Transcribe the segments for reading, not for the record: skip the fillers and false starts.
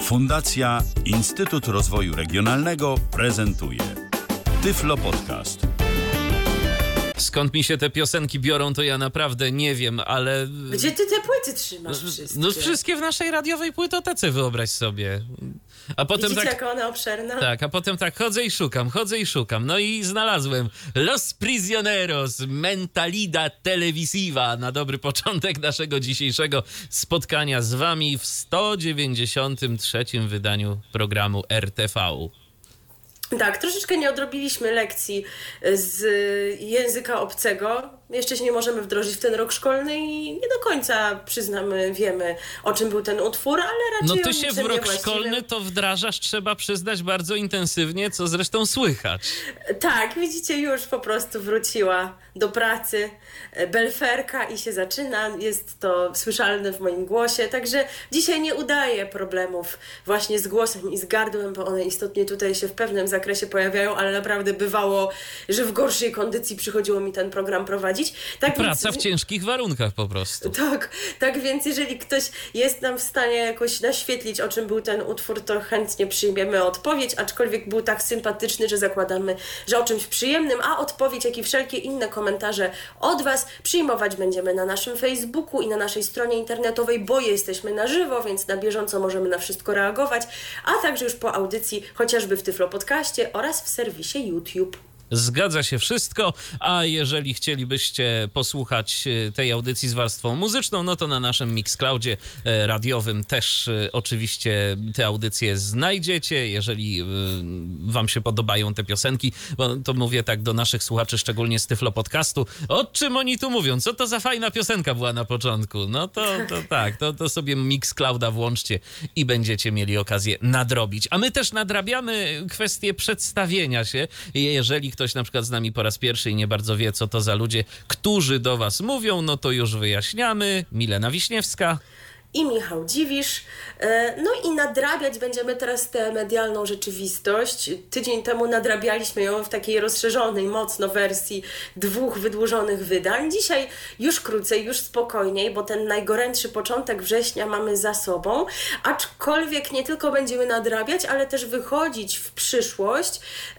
Fundacja Instytut Rozwoju Regionalnego prezentuje Tyflo Podcast. Skąd mi się te piosenki biorą, to ja naprawdę nie wiem, ale... Gdzie ty te płyty trzymasz wszystkie? No wszystkie w naszej radiowej płytotece, wyobraź sobie. A potem Widzicie, tak, jak one obszerne? tak, a potem tak chodzę i szukam. No i znalazłem Los Prisioneros, Mentalidad Televisiva na dobry początek naszego dzisiejszego spotkania z wami w 193. wydaniu programu RTV. Tak, troszeczkę nie odrobiliśmy lekcji z języka obcego. Jeszcze się nie możemy wdrożyć w ten rok szkolny i nie do końca, przyznamy, wiemy, o czym był ten utwór, ale raczej No ty się w rok szkolny to wdrażasz, trzeba przyznać, bardzo intensywnie, co zresztą słychać. Tak, widzicie, już po prostu wróciła do pracy belferka i się zaczyna. Jest to słyszalne w moim głosie, także dzisiaj nie udaję problemów właśnie z głosem i z gardłem, bo one istotnie tutaj się w pewnym zakresie pojawiają, ale naprawdę bywało, że w gorszej kondycji przychodziło mi ten program prowadzić. Tak Praca więc, w ciężkich warunkach po prostu. Tak więc jeżeli ktoś jest nam w stanie jakoś naświetlić, o czym był ten utwór, to chętnie przyjmiemy odpowiedź, aczkolwiek był tak sympatyczny, że zakładamy, że o czymś przyjemnym, a odpowiedź, jak i wszelkie inne komentarze od Was przyjmować będziemy na naszym Facebooku i na naszej stronie internetowej, bo jesteśmy na żywo, więc na bieżąco możemy na wszystko reagować, a także już po audycji, chociażby w Tyflo Podcaście oraz w serwisie YouTube. Zgadza się wszystko, a jeżeli chcielibyście posłuchać tej audycji z warstwą muzyczną, no to na naszym Mixcloudzie radiowym też oczywiście te audycje znajdziecie. Jeżeli wam się podobają te piosenki, bo to mówię tak do naszych słuchaczy, szczególnie z Tyflo Podcastu, o czym oni tu mówią, co to za fajna piosenka była na początku, no to tak, to sobie Mixclouda włączcie i będziecie mieli okazję nadrobić. A my też nadrabiamy kwestię przedstawienia się, jeżeli ktoś na przykład z nami po raz pierwszy i nie bardzo wie, co to za ludzie, którzy do was mówią, no to już wyjaśniamy. Milena Wiśniewska I Michał Dziwisz. No i nadrabiać będziemy teraz tę medialną rzeczywistość. Tydzień temu nadrabialiśmy ją w takiej rozszerzonej mocno wersji 2 wydłużonych wydań. Dzisiaj już krócej, już spokojniej, bo ten najgorętszy początek września mamy za sobą. Aczkolwiek nie tylko będziemy nadrabiać, ale też wychodzić w przyszłość.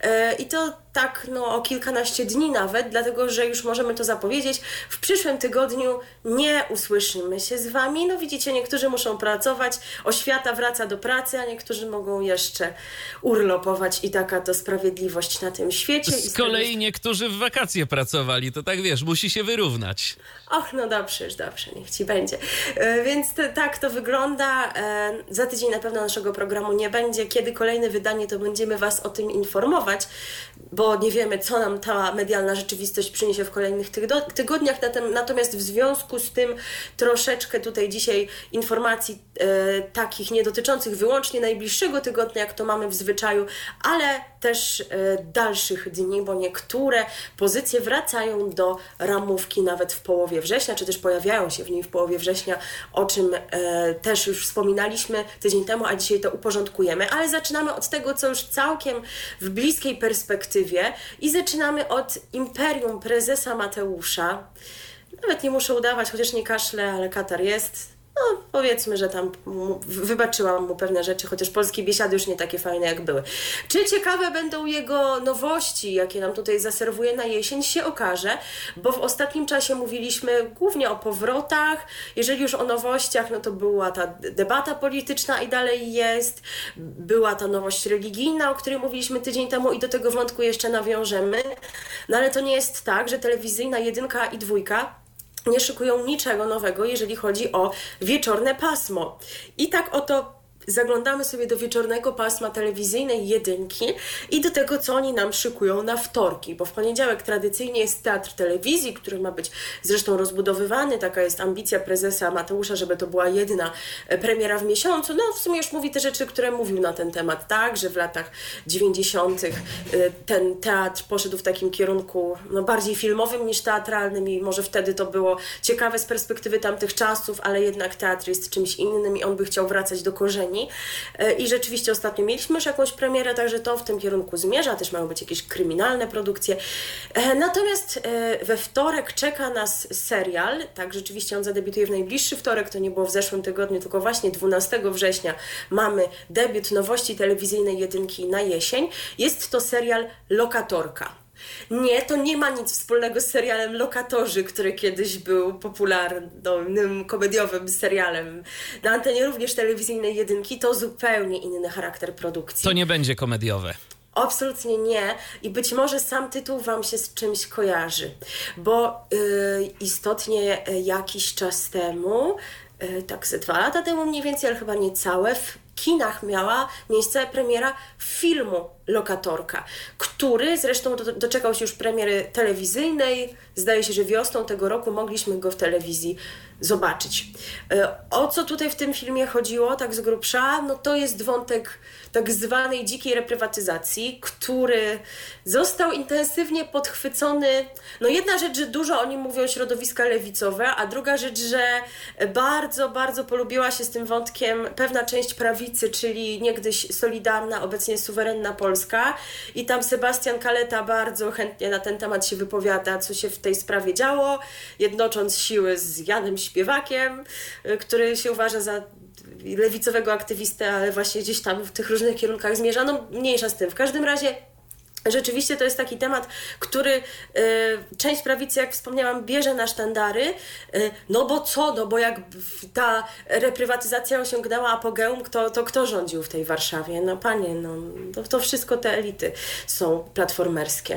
I to tak o kilkanaście dni nawet, dlatego że już możemy to zapowiedzieć. W przyszłym tygodniu nie usłyszymy się z wami. No widzicie, niektórzy muszą pracować, oświata wraca do pracy, a niektórzy mogą jeszcze urlopować i taka to sprawiedliwość na tym świecie. Z kolei niektórzy w wakacje pracowali, to tak wiesz, musi się wyrównać. Och, no dobrze, niech ci będzie. Więc tak to wygląda. Za tydzień na pewno naszego programu nie będzie. Kiedy kolejne wydanie, to będziemy was o tym informować, bo nie wiemy, co nam ta medialna rzeczywistość przyniesie w kolejnych tygodniach. Natomiast w związku z tym troszeczkę tutaj dzisiaj informacji takich nie dotyczących wyłącznie najbliższego tygodnia, jak to mamy w zwyczaju, ale też dalszych dni, bo niektóre pozycje wracają do ramówki nawet w połowie września, czy też pojawiają się w niej w połowie września, o czym też już wspominaliśmy tydzień temu, a dzisiaj to uporządkujemy. Ale zaczynamy od tego, co już całkiem w bliskiej perspektywie i zaczynamy od Imperium Prezesa Mateusza. Nawet nie muszę udawać, chociaż nie kaszlę, ale katar jest. No, powiedzmy, że tam wybaczyłam mu pewne rzeczy, chociaż polskie biesiady już nie takie fajne jak były. Czy ciekawe będą jego nowości, jakie nam tutaj zaserwuje na jesień, się okaże, bo w ostatnim czasie mówiliśmy głównie o powrotach. Jeżeli już o nowościach, no to była ta debata polityczna i dalej jest. Była ta nowość religijna, o której mówiliśmy tydzień temu i do tego wątku jeszcze nawiążemy. No ale to nie jest tak, że telewizyjna 1 i 2 nie szykują niczego nowego, jeżeli chodzi o wieczorne pasmo. I tak oto zaglądamy sobie do wieczornego pasma telewizyjnej 1 i do tego, co oni nam szykują na wtorki, bo w poniedziałek tradycyjnie jest Teatr Telewizji, który ma być zresztą rozbudowywany, taka jest ambicja prezesa Mateusza, żeby to była jedna premiera w miesiącu. No w sumie już mówi te rzeczy, które mówił na ten temat, tak, że w latach 90. ten teatr poszedł w takim kierunku bardziej filmowym niż teatralnym i może wtedy to było ciekawe z perspektywy tamtych czasów, ale jednak teatr jest czymś innym i on by chciał wracać do korzeni. Japonii. I rzeczywiście ostatnio mieliśmy już jakąś premierę, także to w tym kierunku zmierza, też mają być jakieś kryminalne produkcje. Natomiast we wtorek czeka nas serial, tak, rzeczywiście on zadebiutuje w najbliższy wtorek, to nie było w zeszłym tygodniu, tylko właśnie 12 września mamy debiut nowości telewizyjnej jedynki na jesień. Jest to serial Lokatorka. Nie, to nie ma nic wspólnego z serialem Lokatorzy, który kiedyś był popularnym, komediowym serialem na antenie również telewizyjnej jedynki. To zupełnie inny charakter produkcji. To nie będzie komediowe. Absolutnie nie i być może sam tytuł Wam się z czymś kojarzy, bo istotnie jakiś czas temu, tak ze 2 lata temu mniej więcej, ale chyba niecałe, w kinach miała miejsce premiera filmu Lokatorka, który zresztą doczekał się już premiery telewizyjnej. Zdaje się, że wiosną tego roku mogliśmy go w telewizji zobaczyć. O co tutaj w tym filmie chodziło, tak z grubsza? No to jest wątek tak zwanej dzikiej reprywatyzacji, który został intensywnie podchwycony. No jedna rzecz, że dużo o nim mówią środowiska lewicowe, a druga rzecz, że bardzo, bardzo polubiła się z tym wątkiem pewna część prawicy, czyli niegdyś Solidarna, obecnie Suwerenna Polska. I tam Sebastian Kaleta bardzo chętnie na ten temat się wypowiada, co się w tej sprawie działo, jednocząc siły z Janem Śpiewakiem, który się uważa za lewicowego aktywistę, ale właśnie gdzieś tam w tych różnych kierunkach zmierza. No mniejsza z tym. W każdym razie rzeczywiście to jest taki temat, który część prawicy, jak wspomniałam, bierze na sztandary. No bo co? No bo jak ta reprywatyzacja osiągnęła apogeum, to kto rządził w tej Warszawie? No panie, no to wszystko te elity są platformerskie.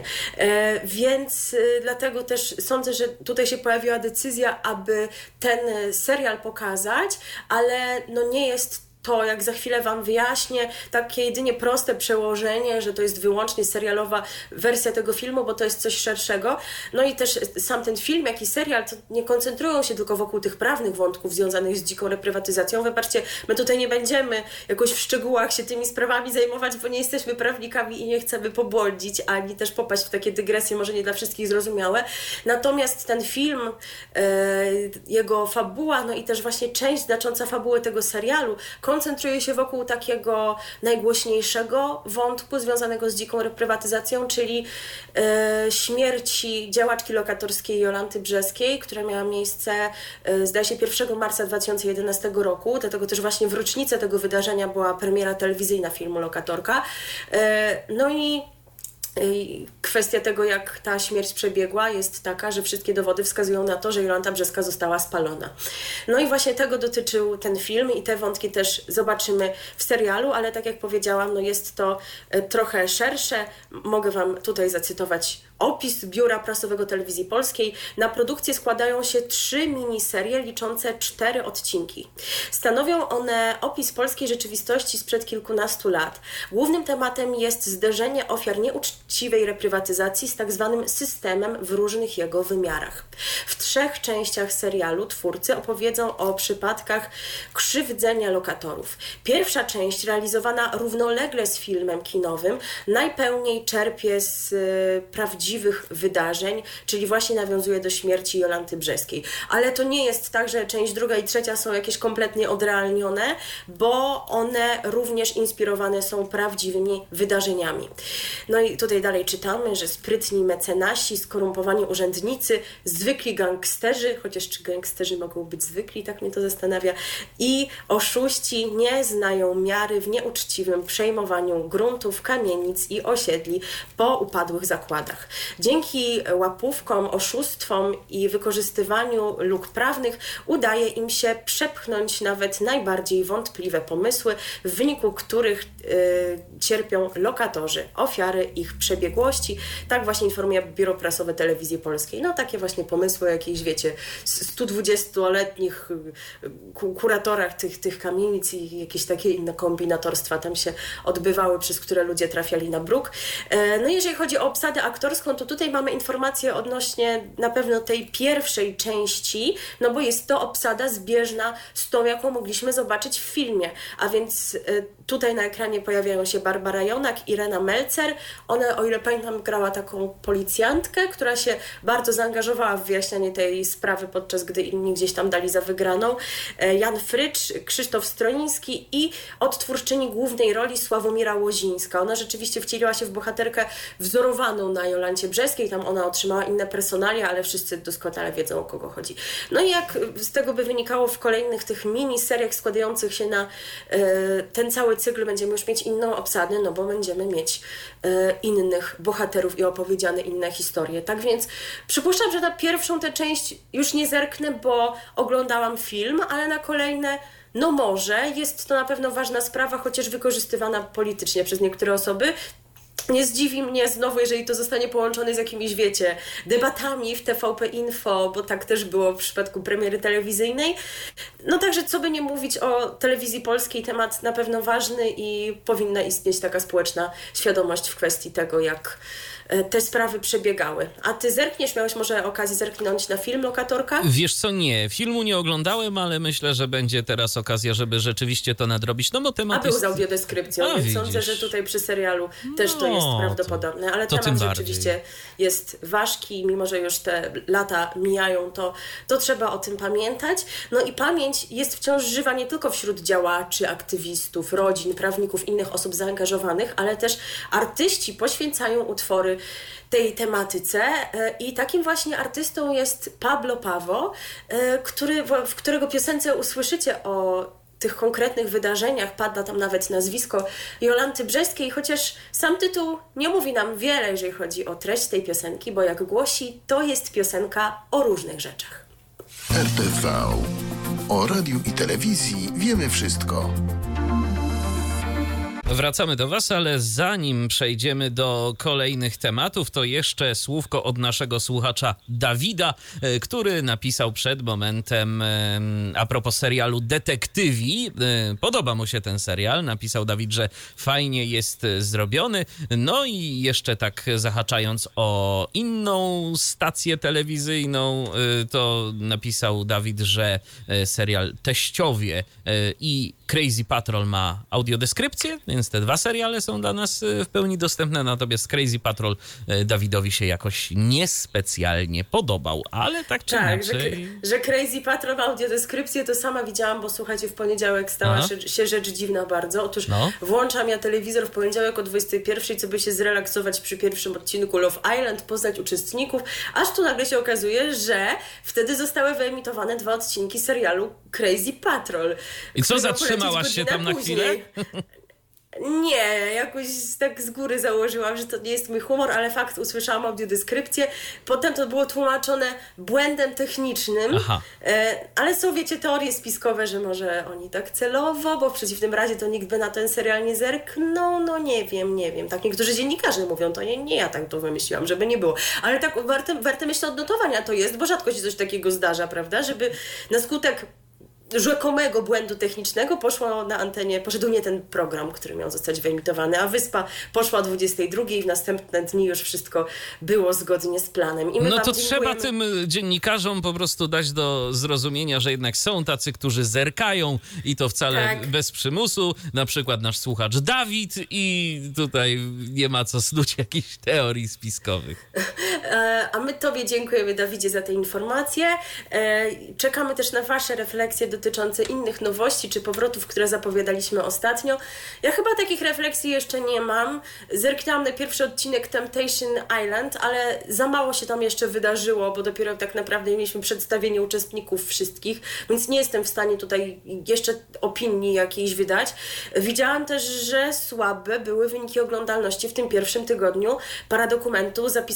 Więc dlatego też sądzę, że tutaj się pojawiła decyzja, aby ten serial pokazać, ale no nie jest to, jak za chwilę Wam wyjaśnię, takie jedynie proste przełożenie, że to jest wyłącznie serialowa wersja tego filmu, bo to jest coś szerszego. No i też sam ten film, jak i serial, to nie koncentrują się tylko wokół tych prawnych wątków związanych z dziką reprywatyzacją. Wybaczcie, my tutaj nie będziemy jakoś w szczegółach się tymi sprawami zajmować, bo nie jesteśmy prawnikami i nie chcemy pobłądzić, ani też popaść w takie dygresje, może nie dla wszystkich zrozumiałe. Natomiast ten film, jego fabuła, no i też właśnie część znacząca fabuły tego serialu koncentruje się wokół takiego najgłośniejszego wątku związanego z dziką reprywatyzacją, czyli śmierci działaczki lokatorskiej Jolanty Brzeskiej, która miała miejsce, zdaje się, 1 marca 2011 roku. Dlatego też właśnie w rocznicę tego wydarzenia była premiera telewizyjna filmu Lokatorka. No i kwestia tego, jak ta śmierć przebiegła, jest taka, że wszystkie dowody wskazują na to, że Jolanta Brzeska została spalona. No i właśnie tego dotyczył ten film i te wątki też zobaczymy w serialu, ale tak jak powiedziałam, no jest to trochę szersze. Mogę Wam tutaj zacytować opis Biura Prasowego Telewizji Polskiej. Na produkcję składają się 3 miniserie liczące 4 odcinki. Stanowią one opis polskiej rzeczywistości sprzed kilkunastu lat. Głównym tematem jest zderzenie ofiar nieuczciwej reprywatyzacji z tak zwanym systemem w różnych jego wymiarach. W 3 częściach serialu twórcy opowiedzą o przypadkach krzywdzenia lokatorów. Pierwsza część, realizowana równolegle z filmem kinowym, najpełniej czerpie z prawdziwych wydarzeń, czyli właśnie nawiązuje do śmierci Jolanty Brzeskiej. Ale to nie jest tak, że część 2 i 3 są jakieś kompletnie odrealnione, bo one również inspirowane są prawdziwymi wydarzeniami. No i tutaj dalej czytamy, że sprytni mecenasi, skorumpowani urzędnicy, zwykli gangsterzy, chociaż czy gangsterzy mogą być zwykli, tak mnie to zastanawia, i oszuści nie znają miary w nieuczciwym przejmowaniu gruntów, kamienic i osiedli po upadłych zakładach. Dzięki łapówkom, oszustwom i wykorzystywaniu luk prawnych udaje im się przepchnąć nawet najbardziej wątpliwe pomysły, w wyniku których cierpią lokatorzy, ofiary ich przebiegłości. Tak właśnie informuje Biuro Prasowe Telewizji Polskiej. No takie właśnie pomysły o jakiejś, wiecie, 120-letnich kuratorach tych kamienic i jakieś takie inne kombinatorstwa tam się odbywały, przez które ludzie trafiali na bruk. No jeżeli chodzi o obsadę aktorską, to tutaj mamy informacje odnośnie na pewno tej pierwszej części, no bo jest to obsada zbieżna z tą, jaką mogliśmy zobaczyć w filmie. A więc tutaj na ekranie pojawiają się Barbara Jonak, Irena Melzer. Ona, o ile pamiętam, grała taką policjantkę, która się bardzo zaangażowała w wyjaśnianie tej sprawy, podczas gdy inni gdzieś tam dali za wygraną. Jan Frycz, Krzysztof Stroiński i odtwórczyni głównej roli Sławomira Łozińska. Ona rzeczywiście wcieliła się w bohaterkę wzorowaną na Jolancie Brzeskiej. Tam ona otrzymała inne personalia, ale wszyscy doskonale wiedzą, o kogo chodzi. No i jak z tego by wynikało, w kolejnych tych miniseriach składających się na ten cały cykl będziemy już mieć inną obsadę, no bo będziemy mieć innych bohaterów i opowiedziane inne historie. Tak więc przypuszczam, że na pierwszą tę część już nie zerknę, bo oglądałam film, ale na kolejne no może. Jest to na pewno ważna sprawa, chociaż wykorzystywana politycznie przez niektóre osoby. Nie zdziwi mnie znowu, jeżeli to zostanie połączone z jakimiś, wiecie, debatami w TVP Info, bo tak też było w przypadku premiery telewizyjnej. No także, co by nie mówić o telewizji polskiej, temat na pewno ważny i powinna istnieć taka społeczna świadomość w kwestii tego, jak te sprawy przebiegały. A ty miałeś może okazję zerknąć na film Lokatorka? Wiesz co, nie. Filmu nie oglądałem, ale myślę, że będzie teraz okazja, żeby rzeczywiście to nadrobić. No bo temat był z audiodeskrypcją, więc sądzę, że tutaj przy serialu też to jest prawdopodobne. Ale temat rzeczywiście jest ważki, mimo że już te lata mijają, to trzeba o tym pamiętać. No i pamięć jest wciąż żywa nie tylko wśród działaczy, aktywistów, rodzin, prawników, innych osób zaangażowanych, ale też artyści poświęcają utwory tej tematyce i takim właśnie artystą jest Pablo Pawo, w którego piosence usłyszycie o tych konkretnych wydarzeniach, pada tam nawet nazwisko Jolanty Brzeskiej, chociaż sam tytuł nie mówi nam wiele, jeżeli chodzi o treść tej piosenki, bo jak głosi, to jest piosenka o różnych rzeczach. RTV. O radiu i telewizji wiemy wszystko. Wracamy do Was, ale zanim przejdziemy do kolejnych tematów, to jeszcze słówko od naszego słuchacza Dawida, który napisał przed momentem a propos serialu Detektywi. Podoba mu się ten serial. Napisał Dawid, że fajnie jest zrobiony. No i jeszcze tak zahaczając o inną stację telewizyjną, to napisał Dawid, że serial Teściowie i Crazy Patrol ma audiodeskrypcję, więc te dwa seriale są dla nas w pełni dostępne, natomiast Crazy Patrol Dawidowi się jakoś niespecjalnie podobał, ale tak czy inaczej... Że Crazy Patrol ma audiodeskrypcję, to sama widziałam, bo słuchajcie, w poniedziałek stała się rzecz dziwna bardzo. Otóż włączam ja telewizor w poniedziałek o 21:00, co by się zrelaksować przy pierwszym odcinku Love Island, poznać uczestników, aż tu nagle się okazuje, że wtedy zostały wyemitowane 2 odcinki serialu Crazy Patrol. I co, zatrzymałaś się tam na chwilę? Nie, jakoś tak z góry założyłam, że to nie jest mój humor, ale fakt, usłyszałam audiodeskrypcję. Potem to było tłumaczone błędem technicznym, ale są, wiecie, teorie spiskowe, że może oni tak celowo, bo w przeciwnym razie to nikt by na ten serial nie zerknął. No nie wiem. Tak niektórzy dziennikarze mówią, to nie ja tak to wymyśliłam, żeby nie było. Ale tak warte myślę odnotowania to jest, bo rzadko się coś takiego zdarza, prawda, żeby na skutek rzekomego błędu technicznego poszedł nie ten program, który miał zostać wyemitowany, a Wyspa poszła o 22:00 i w następne dni już wszystko było zgodnie z planem. I no to trzeba tym dziennikarzom po prostu dać do zrozumienia, że jednak są tacy, którzy zerkają i to wcale bez przymusu. Na przykład nasz słuchacz Dawid i tutaj nie ma co snuć jakichś teorii spiskowych. A my Tobie dziękujemy, Dawidzie, za te informacje. Czekamy też na Wasze refleksje dotyczące innych nowości czy powrotów, które zapowiadaliśmy ostatnio. Ja chyba takich refleksji jeszcze nie mam. Zerknęłam na pierwszy odcinek Temptation Island, ale za mało się tam jeszcze wydarzyło, bo dopiero tak naprawdę mieliśmy przedstawienie uczestników wszystkich, więc nie jestem w stanie tutaj jeszcze opinii jakiejś wydać. Widziałam też, że słabe były wyniki oglądalności w tym pierwszym tygodniu paradokumentu Zapisane w Gwiazdach.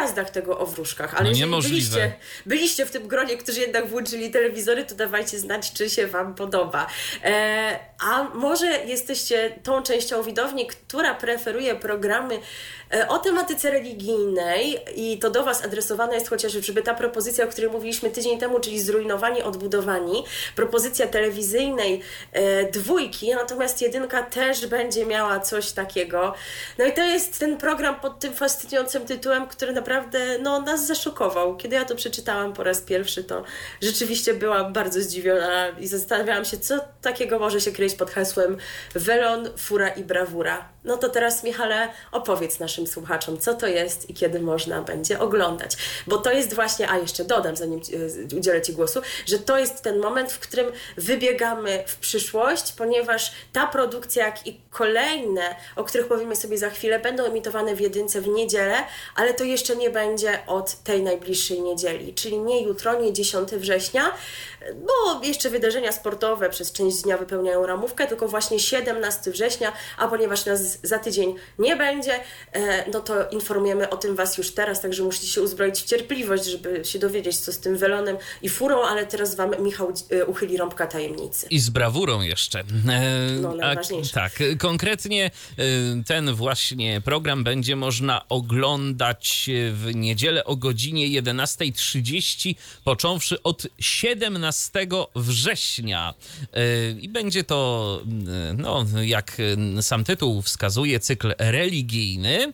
gwiazdach tego o wróżkach. Ale No jeżeli niemożliwe. byliście w tym gronie, którzy jednak włączyli telewizory, to dawajcie znać, czy się wam podoba. A może jesteście tą częścią widowni, która preferuje programy o tematyce religijnej i to do was adresowana jest chociażby ta propozycja, o której mówiliśmy tydzień temu, czyli Zrujnowani, Odbudowani, propozycja telewizyjnej dwójki, natomiast jedynka też będzie miała coś takiego. No i to jest ten program pod tym fascynującym tytułem, który naprawdę nas zaszokował. Kiedy ja to przeczytałam po raz pierwszy, to rzeczywiście byłam bardzo zdziwiona i zastanawiałam się, co takiego może się kryć pod hasłem welon, fura i brawura. No to teraz, Michale, opowiedz naszym słuchaczom, co to jest i kiedy można będzie oglądać. Bo to jest właśnie, a jeszcze dodam, zanim udzielę Ci głosu, że to jest ten moment, w którym wybiegamy w przyszłość, ponieważ ta produkcja, jak i kolejne, o których powiemy sobie za chwilę, będą emitowane w jedynce w niedzielę, ale to jeszcze nie będzie od tej najbliższej niedzieli, czyli nie jutro, nie 10 września, bo jeszcze wydarzenia sportowe przez część dnia wypełniają ramówkę, tylko właśnie 17 września, a ponieważ nas za tydzień nie będzie, no to informujemy o tym Was już teraz, także musicie się uzbroić w cierpliwość, żeby się dowiedzieć, co z tym welonem i furą, ale teraz Wam Michał uchyli rąbka tajemnicy. I z brawurą jeszcze. Najważniejsze. Tak, konkretnie ten właśnie program będzie można oglądać w niedzielę o godzinie 11:30, począwszy od 17 września. I będzie to, jak sam tytuł wskazuje, cykl religijny,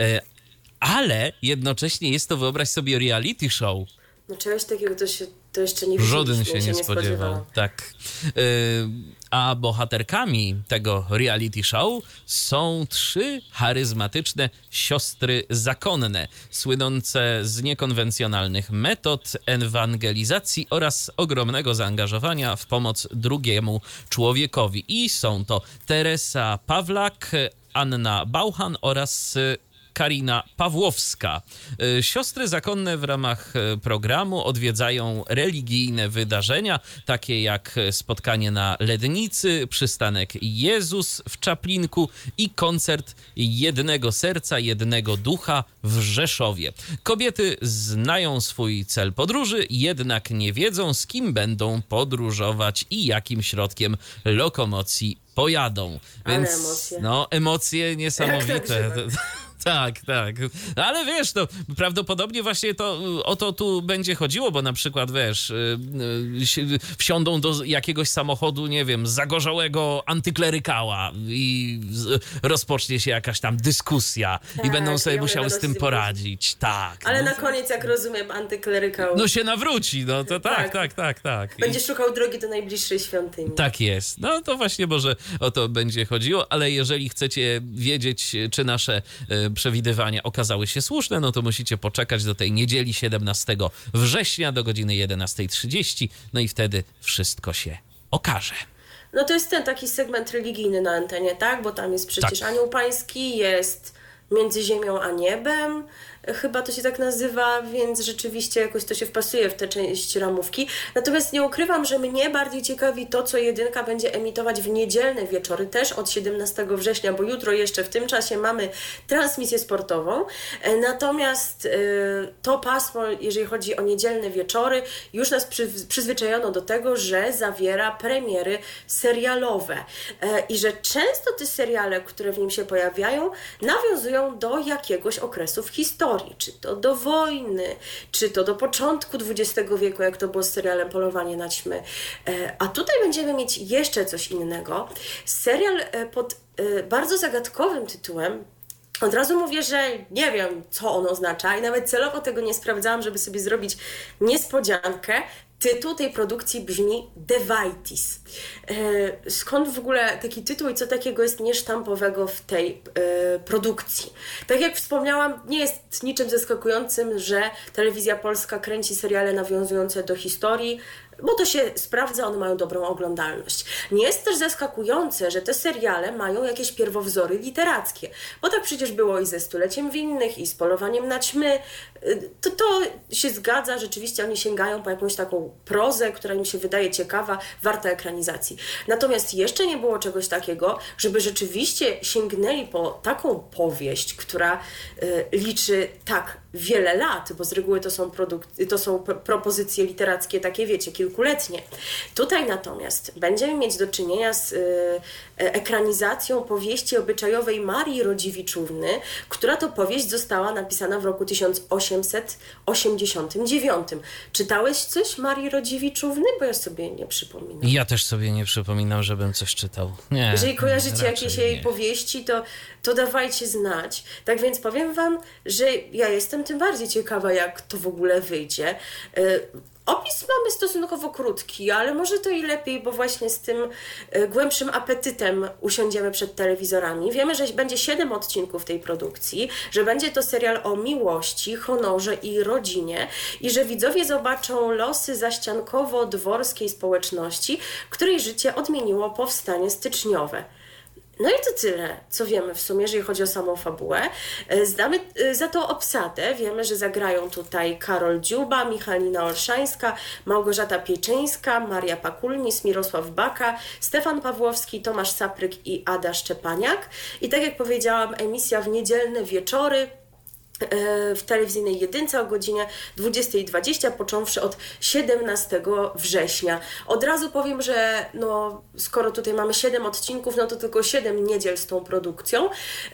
ale jednocześnie jest to, wyobraź sobie, reality show. No czegoś takiego to jeszcze nie widzieliśmy. Żaden się nie spodziewał. Tak. A bohaterkami tego reality show są 3 charyzmatyczne siostry zakonne, słynące z niekonwencjonalnych metod ewangelizacji oraz ogromnego zaangażowania w pomoc drugiemu człowiekowi. I są to Teresa Pawlak, Anna Bauchan oraz Karina Pawłowska. Siostry zakonne w ramach programu odwiedzają religijne wydarzenia, takie jak spotkanie na Lednicy, przystanek Jezus w Czaplinku i koncert Jednego Serca, Jednego Ducha w Rzeszowie. Kobiety znają swój cel podróży, jednak nie wiedzą, z kim będą podróżować i jakim środkiem lokomocji pojadą. Więc emocje. Emocje niesamowite. Tak. Ale wiesz, prawdopodobnie właśnie o to tu będzie chodziło, bo na przykład, wsiądą do jakiegoś samochodu, nie wiem, zagorzałego antyklerykała i rozpocznie się jakaś tam dyskusja i będą sobie musiały z tym poradzić. Tak. Ale na koniec, jak rozumiem, antyklerykał... się nawróci, to tak. Będzie szukał drogi do najbliższej świątyni. Tak jest. To właśnie może o to będzie chodziło, ale jeżeli chcecie wiedzieć, czy nasze przewidywania okazały się słuszne, to musicie poczekać do tej niedzieli 17 września do godziny 11:30, i wtedy wszystko się okaże. No to jest ten taki segment religijny na antenie, tak? Bo tam jest przecież Anioł Pański, jest Między Ziemią a Niebem, chyba to się tak nazywa, więc rzeczywiście jakoś to się wpasuje w tę część ramówki. Natomiast nie ukrywam, że mnie bardziej ciekawi to, co jedynka będzie emitować w niedzielne wieczory, też od 17 września, bo jutro jeszcze w tym czasie mamy transmisję sportową. Natomiast to pasmo, jeżeli chodzi o niedzielne wieczory, już nas przyzwyczajono do tego, że zawiera premiery serialowe i że często te seriale, które w nim się pojawiają, nawiązują do jakiegoś okresu w historii. Czy to do wojny, czy to do początku XX wieku, jak to było z serialem Polowanie na ćmy. A tutaj będziemy mieć jeszcze coś innego. Serial pod bardzo zagadkowym tytułem. Od razu mówię, że nie wiem, co on oznacza i nawet celowo tego nie sprawdzałam, żeby sobie zrobić niespodziankę. Tytuł tej produkcji brzmi Devitis. Skąd w ogóle taki tytuł i co takiego jest niesztampowego w tej produkcji? Tak jak wspomniałam, nie jest niczym zaskakującym, że Telewizja Polska kręci seriale nawiązujące do historii, bo to się sprawdza, one mają dobrą oglądalność. Nie jest też zaskakujące, że te seriale mają jakieś pierwowzory literackie, bo tak przecież było i ze Stuleciem Winnych, i z Polowaniem na ćmy. To się zgadza, rzeczywiście oni sięgają po jakąś taką prozę, która im się wydaje ciekawa, warta ekranizacji. Natomiast jeszcze nie było czegoś takiego, żeby rzeczywiście sięgnęli po taką powieść, która liczy tak wiele lat, bo z reguły to są propozycje literackie takie, wiecie, kilkuletnie. Tutaj natomiast będziemy mieć do czynienia z ekranizacją powieści obyczajowej Marii Rodziewiczówny, która to powieść została napisana w roku 1889. Czytałeś coś Marii Rodziewiczówny? Bo ja sobie nie przypominam. Ja też sobie nie przypominam, żebym coś czytał. Nie, jeżeli kojarzycie jakieś jej nie. powieści, to dawajcie znać. Tak więc powiem wam, że ja jestem tym bardziej ciekawa, jak to w ogóle wyjdzie. Opis mamy stosunkowo krótki, ale może to i lepiej, bo właśnie z tym głębszym apetytem usiądziemy przed telewizorami. Wiemy, że będzie 7 odcinków tej produkcji, że będzie to serial o miłości, honorze i rodzinie i że widzowie zobaczą losy zaściankowo-dworskiej społeczności, której życie odmieniło powstanie styczniowe. No i to tyle, co wiemy w sumie, jeżeli chodzi o samą fabułę. Znamy za to obsadę. Wiemy, że zagrają tutaj Karol Dziuba, Michalina Olszańska, Małgorzata Pieczyńska, Maria Pakulnis, Mirosław Baka, Stefan Pawłowski, Tomasz Sapryk i Ada Szczepaniak. I tak jak powiedziałam, emisja w niedzielne wieczory w telewizyjnej jedynce o godzinie 20:20, począwszy od 17 września. Od razu powiem, że skoro tutaj mamy 7 odcinków, to tylko 7 niedziel z tą produkcją.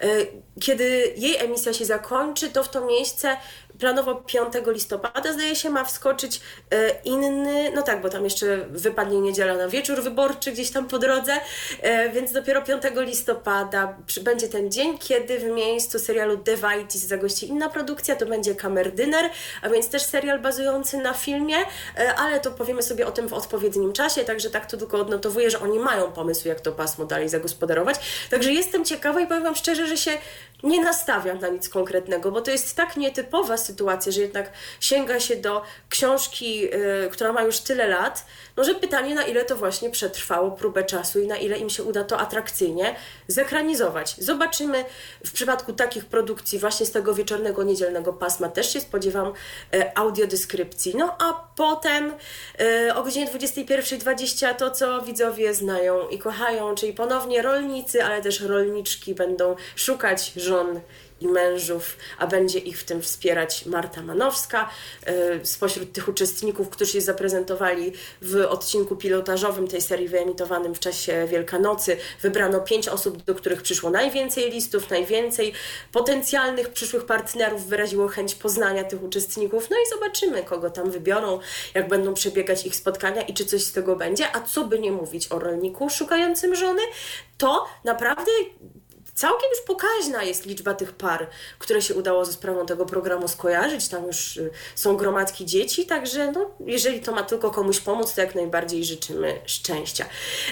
Kiedy jej emisja się zakończy, to w to miejsce planowo 5 listopada, zdaje się, ma wskoczyć inny, bo tam jeszcze wypadnie niedziela na wieczór wyborczy gdzieś tam po drodze, więc dopiero 5 listopada będzie ten dzień, kiedy w miejscu serialu The Whiteys zagości inna produkcja, to będzie Kamerdyner, a więc też serial bazujący na filmie, ale to powiemy sobie o tym w odpowiednim czasie, także tak to tylko odnotowuję, że oni mają pomysł, jak to pasmo dalej zagospodarować. Także jestem ciekawa i powiem wam szczerze, że się nie nastawiam na nic konkretnego, bo to jest tak nietypowa sytuacja, że jednak sięga się do książki, która ma już tyle lat, że pytanie, na ile to właśnie przetrwało próbę czasu i na ile im się uda to atrakcyjnie zekranizować. Zobaczymy. W przypadku takich produkcji właśnie z tego wieczornego, niedzielnego pasma też się spodziewam audiodeskrypcji. A potem o godzinie 21:20 to, co widzowie znają i kochają, czyli ponownie rolnicy, ale też rolniczki będą szukać żon i mężów, a będzie ich w tym wspierać Marta Manowska. Spośród tych uczestników, którzy się zaprezentowali w odcinku pilotażowym tej serii wyemitowanym w czasie Wielkanocy, wybrano 5 osób, do których przyszło najwięcej listów, najwięcej potencjalnych przyszłych partnerów wyraziło chęć poznania tych uczestników. No i zobaczymy, kogo tam wybiorą, jak będą przebiegać ich spotkania i czy coś z tego będzie. A co by nie mówić o rolniku szukającym żony, to naprawdę całkiem już pokaźna jest liczba tych par, które się udało ze sprawą tego programu skojarzyć. Tam już są gromadki dzieci, także jeżeli to ma tylko komuś pomóc, to jak najbardziej życzymy szczęścia.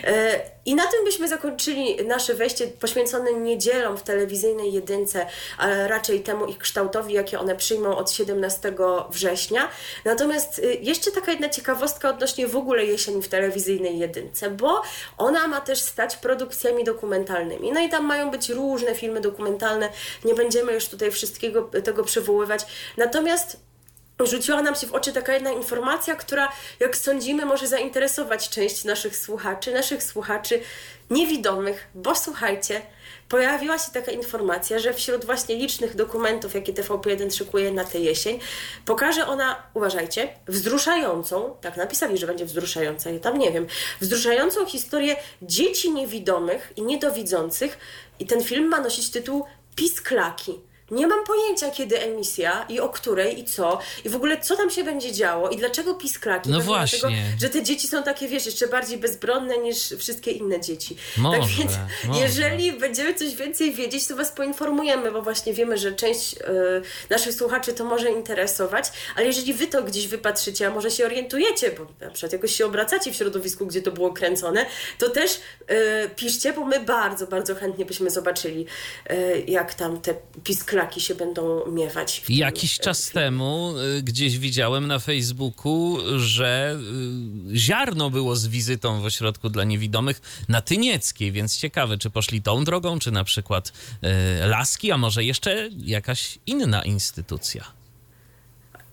I na tym byśmy zakończyli nasze wejście poświęcone niedzielom w telewizyjnej jedynce, a raczej temu ich kształtowi, jakie one przyjmą od 17 września. Natomiast jeszcze taka jedna ciekawostka odnośnie w ogóle jesieni w telewizyjnej jedynce, bo ona ma też stać produkcjami dokumentalnymi. No i tam mają być różne filmy dokumentalne, nie będziemy już tutaj wszystkiego tego przywoływać. Natomiast rzuciła nam się w oczy taka jedna informacja, która, jak sądzimy, może zainteresować część naszych słuchaczy niewidomych, bo słuchajcie, pojawiła się taka informacja, że wśród właśnie licznych dokumentów, jakie TVP1 szykuje na tę jesień, pokaże ona, uważajcie, wzruszającą, tak napisali, że będzie wzruszająca, ja tam nie wiem, wzruszającą historię dzieci niewidomych i niedowidzących i ten film ma nosić tytuł Pisklaki. Nie mam pojęcia, kiedy emisja i o której i co. I w ogóle co tam się będzie działo i dlaczego pisklaki. No właśnie. Dlatego, że te dzieci są takie, jeszcze bardziej bezbronne niż wszystkie inne dzieci. Może, tak więc, może. jeżeli będziemy coś więcej wiedzieć, to was poinformujemy, bo właśnie wiemy, że część naszych słuchaczy to może interesować, ale jeżeli wy to gdzieś wypatrzycie, a może się orientujecie, bo na przykład jakoś się obracacie w środowisku, gdzie to było kręcone, to też piszcie, bo my bardzo, bardzo chętnie byśmy zobaczyli, jak tam te pisklaki się będą miewać. Jakiś czas temu gdzieś widziałem na Facebooku, że Ziarno było z wizytą w ośrodku dla niewidomych na Tynieckiej, więc ciekawe, czy poszli tą drogą, czy na przykład Laski, a może jeszcze jakaś inna instytucja.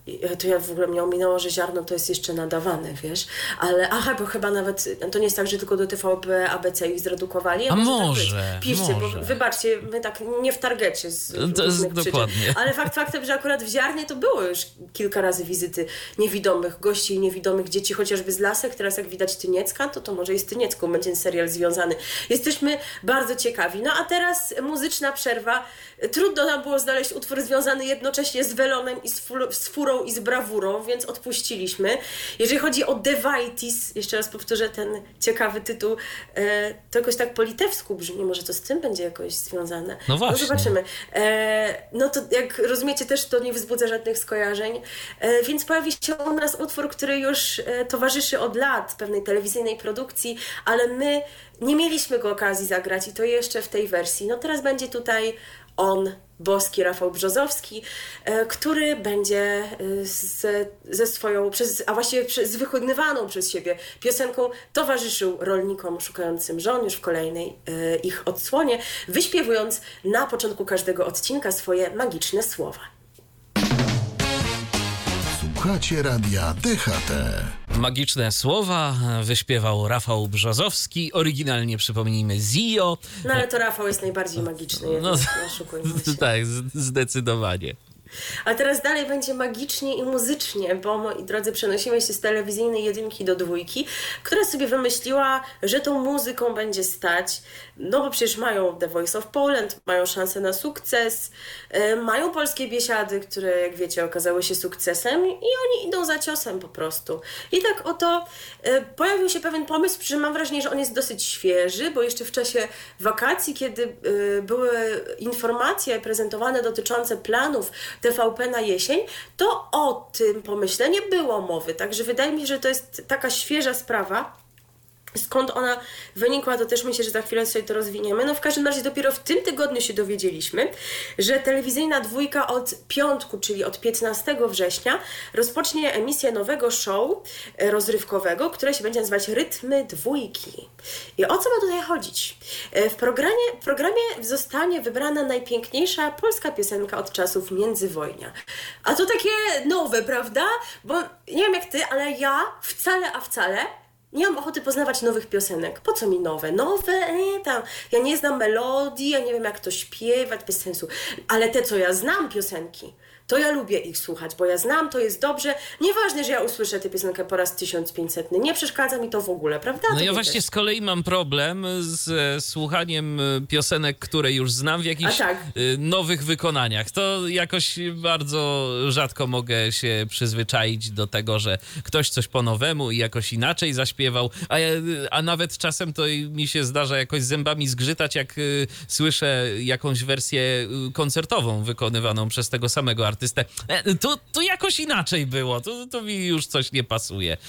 To ja w ogóle mnie ominęło, że Ziarno to jest jeszcze nadawane, wiesz? Ale, bo chyba nawet, to nie jest tak, że tylko do TVP, ABC ich zredukowali. A może, tak piszcie, może. Bo wybaczcie, my tak nie w targecie z To jest różnych dokładnie. przyczyn. Ale faktem, że akurat w Ziarnie to było już kilka razy wizyty niewidomych gości i niewidomych dzieci, chociażby z Lasek. Teraz jak widać Tyniecka, to może i z Tyniecką będzie serial związany. Jesteśmy bardzo ciekawi. No a teraz muzyczna przerwa. Trudno nam było znaleźć utwór związany jednocześnie z Welonem i z Furą i z Brawurą, więc odpuściliśmy. Jeżeli chodzi o Devitis, jeszcze raz powtórzę ten ciekawy tytuł, to jakoś tak po litewsku brzmi, może to z tym będzie jakoś związane. No właśnie. No zobaczymy. No to jak rozumiecie też to nie wzbudza żadnych skojarzeń, więc pojawi się u nas utwór, który już towarzyszy od lat pewnej telewizyjnej produkcji, ale my nie mieliśmy go okazji zagrać i to jeszcze w tej wersji. No teraz będzie tutaj on, boski Rafał Brzozowski, który będzie ze swoją, z wykonywaną przez siebie piosenką towarzyszył rolnikom szukającym żon już w kolejnej ich odsłonie, wyśpiewując na początku każdego odcinka swoje magiczne słowa. Słuchacie radia DHT. Magiczne słowa wyśpiewał Rafał Brzozowski, oryginalnie przypomnijmy Zio. No ale to Rafał jest najbardziej magiczny, nie oszukujmy się. Tak, zdecydowanie. A teraz dalej będzie magicznie i muzycznie, bo moi drodzy, przenosimy się z telewizyjnej 1 do 2, która sobie wymyśliła, że tą muzyką będzie stać, no bo przecież mają The Voice of Poland, mają szansę na sukces, mają polskie biesiady, które jak wiecie okazały się sukcesem i oni idą za ciosem po prostu. I tak oto pojawił się pewien pomysł, że mam wrażenie, że on jest dosyć świeży, bo jeszcze w czasie wakacji, kiedy były informacje prezentowane dotyczące planów TVP na jesień, to o tym pomyśle nie było mowy. Także wydaje mi się, że to jest taka świeża sprawa. Skąd ona wynikła, to też myślę, że za chwilę sobie to rozwiniemy. No w każdym razie dopiero w tym tygodniu się dowiedzieliśmy, że telewizyjna 2 od piątku, czyli od 15 września rozpocznie emisję nowego show rozrywkowego, które się będzie nazywać Rytmy 2. I o co ma tutaj chodzić? W programie zostanie wybrana najpiękniejsza polska piosenka od czasów międzywojnia. A to takie nowe, prawda? Bo nie wiem jak ty, ale ja wcale nie mam ochoty poznawać nowych piosenek. Po co mi nowe? Ja nie znam melodii, ja nie wiem jak to śpiewać, bez sensu. Ale te, co ja znam piosenki, to ja lubię ich słuchać, bo ja znam, to jest dobrze. Nieważne, że ja usłyszę tę piosenkę po raz 1500. Nie przeszkadza mi to w ogóle, prawda? No to ja właśnie z kolei mam problem z słuchaniem piosenek, które już znam w jakichś nowych wykonaniach. To jakoś bardzo rzadko mogę się przyzwyczaić do tego, że ktoś coś po nowemu i jakoś inaczej zaśpiewał, a nawet czasem to mi się zdarza jakoś zębami zgrzytać, jak słyszę jakąś wersję koncertową wykonywaną przez tego samego artystę. To jakoś inaczej było, to mi już coś nie pasuje,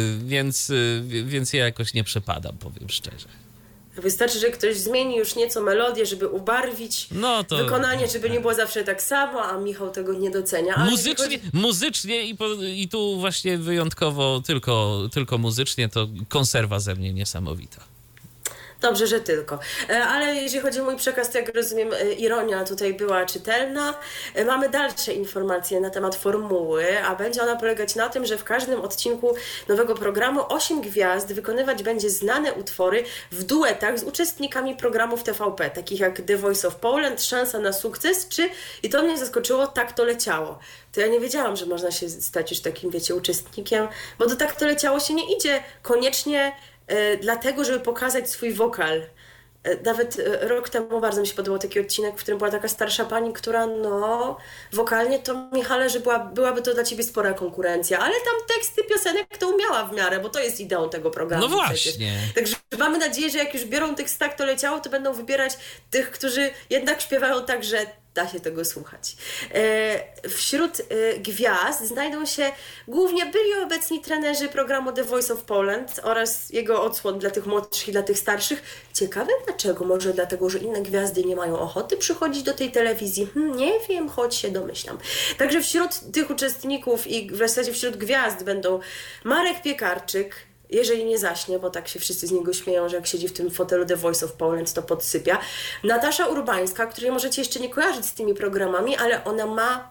więc ja jakoś nie przepadam, powiem szczerze. Wystarczy, że ktoś zmieni już nieco melodię, żeby ubarwić wykonanie, żeby nie było zawsze tak samo, a Michał tego nie docenia. Ale muzycznie i tu właśnie wyjątkowo tylko muzycznie to konserwa ze mnie niesamowita. Dobrze, że tylko. Ale jeżeli chodzi o mój przekaz, to jak rozumiem, ironia tutaj była czytelna. Mamy dalsze informacje na temat formuły, a będzie ona polegać na tym, że w każdym odcinku nowego programu 8 gwiazd wykonywać będzie znane utwory w duetach z uczestnikami programów TVP, takich jak The Voice of Poland, Szansa na sukces, i to mnie zaskoczyło, Tak to leciało. To ja nie wiedziałam, że można się stać już takim, wiecie, uczestnikiem, bo do Tak to leciało się nie idzie koniecznie dlatego, żeby pokazać swój wokal. Nawet rok temu bardzo mi się podobał taki odcinek, w którym była taka starsza pani, która wokalnie to, Michale, że byłaby to dla ciebie spora konkurencja, ale tam teksty piosenek to umiała w miarę, bo to jest ideą tego programu. No właśnie. Także mamy nadzieję, że jak już biorą tych Tak to leciało, to będą wybierać tych, którzy jednak śpiewają tak, że da się tego słuchać. Wśród gwiazd znajdą się głównie byli obecni trenerzy programu The Voice of Poland oraz jego odsłon dla tych młodszych i dla tych starszych. Ciekawe dlaczego? Może dlatego, że inne gwiazdy nie mają ochoty przychodzić do tej telewizji? Nie wiem, choć się domyślam. Także wśród tych uczestników i w zasadzie wśród gwiazd będą Marek Piekarczyk, jeżeli nie zaśnie, bo tak się wszyscy z niego śmieją, że jak siedzi w tym fotelu The Voice of Poland, to podsypia. Natasza Urbańska, której możecie jeszcze nie kojarzyć z tymi programami, ale ona ma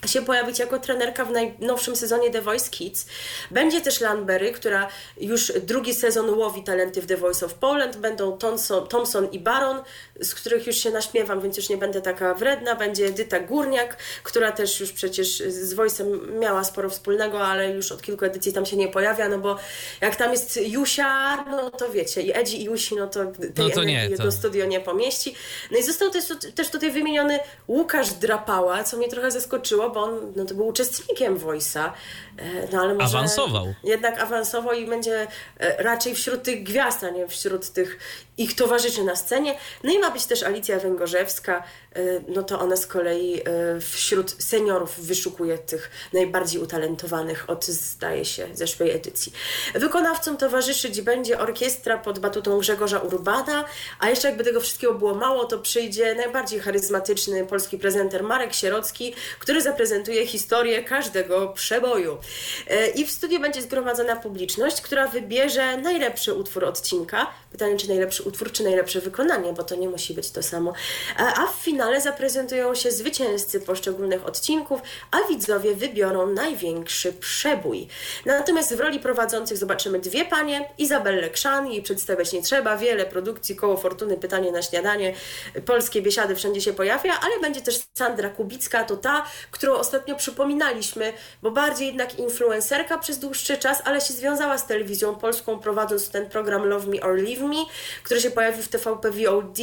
się pojawić jako trenerka w najnowszym sezonie The Voice Kids. Będzie też Lanberry, która już drugi sezon łowi talenty w The Voice of Poland. Będą Thompson i Baron, z których już się naśmiewam, więc już nie będę taka wredna. Będzie Edyta Górniak, która też już przecież z Voice'em miała sporo wspólnego, ale już od kilku edycji tam się nie pojawia, no bo jak tam jest Jusia, no to wiecie, i Edzi i Jusi, no to tej energii jedno studio nie pomieści. No i został też tutaj wymieniony Łukasz Drapała, co mnie trochę zaskoczyło, bo on to był uczestnikiem Voice'a, no ale może awansował. Jednak awansował i będzie raczej wśród tych gwiazd, a nie wśród tych ich towarzyszy na scenie. No i ma być też Alicja Węgorzewska, no to ona z kolei wśród seniorów wyszukuje tych najbardziej utalentowanych od, zdaje się, zeszłej edycji. Wykonawcom towarzyszyć będzie orkiestra pod batutą Grzegorza Urbana, a jeszcze jakby tego wszystkiego było mało, to przyjdzie najbardziej charyzmatyczny polski prezenter Marek Sierocki, który zaprezentuje historię każdego przeboju. I w studiu będzie zgromadzona publiczność, która wybierze najlepszy utwór odcinka. Pytanie, czy najlepszy utwór, czy najlepsze wykonanie, bo to nie musi być to samo. A w finale zaprezentują się zwycięzcy poszczególnych odcinków, a widzowie wybiorą największy przebój. Natomiast w roli prowadzących zobaczymy dwie panie, Izabellę Krzan, jej przedstawiać nie trzeba, wiele produkcji, Koło Fortuny, Pytanie na śniadanie, Polskie Biesiady wszędzie się pojawia, ale będzie też Sandra Kubicka, to ta, którą ostatnio przypominaliśmy, bo bardziej jednak influencerka przez dłuższy czas, ale się związała z telewizją polską, prowadząc ten program Love Me or Leave Me, który się pojawił w TVP VOD,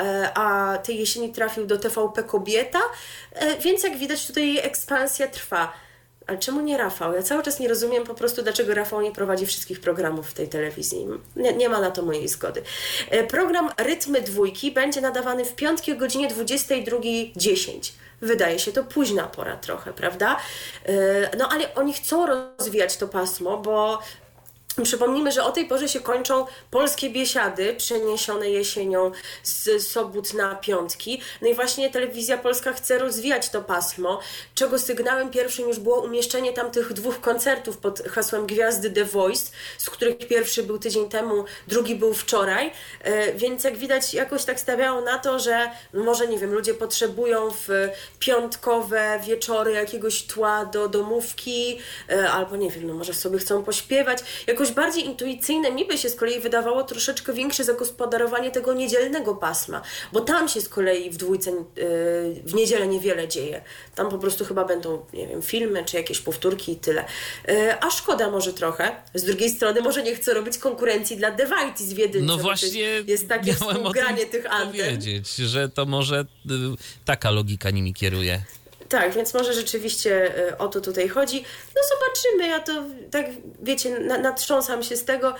a tej jesieni trafił do TVP Kobieta, więc jak widać tutaj jej ekspansja trwa. Ale czemu nie Rafał? Ja cały czas nie rozumiem po prostu, dlaczego Rafał nie prowadzi wszystkich programów w tej telewizji. Nie ma na to mojej zgody. Program Rytmy Dwójki będzie nadawany w piątki o godzinie 22:10. Wydaje się to późna pora trochę, prawda? No ale oni chcą rozwijać to pasmo, bo przypomnijmy, że o tej porze się kończą Polskie Biesiady, przeniesione jesienią z sobót na piątki. No i właśnie Telewizja Polska chce rozwijać to pasmo, czego sygnałem pierwszym już było umieszczenie tam tych dwóch koncertów pod hasłem Gwiazdy The Voice, z których pierwszy był tydzień temu, drugi był wczoraj. Więc jak widać jakoś tak stawiało na to, że może, nie wiem, ludzie potrzebują w piątkowe wieczory jakiegoś tła do domówki, albo nie wiem, no może sobie chcą pośpiewać. Jakoś bardziej intuicyjne mi by się z kolei wydawało troszeczkę większe zagospodarowanie tego niedzielnego pasma, bo tam się z kolei w dwójce w niedzielę niewiele dzieje. Tam po prostu chyba będą, nie wiem, filmy czy jakieś powtórki i tyle. A szkoda może trochę. Z drugiej strony może nie chcę robić konkurencji dla The Vitis w jedynce. No właśnie jest takie współgranie tych anten. Powiedzieć, że to może taka logika nimi kieruje. Tak, więc może rzeczywiście o to tutaj chodzi. No zobaczymy, ja to tak, wiecie, natrząsam się z tego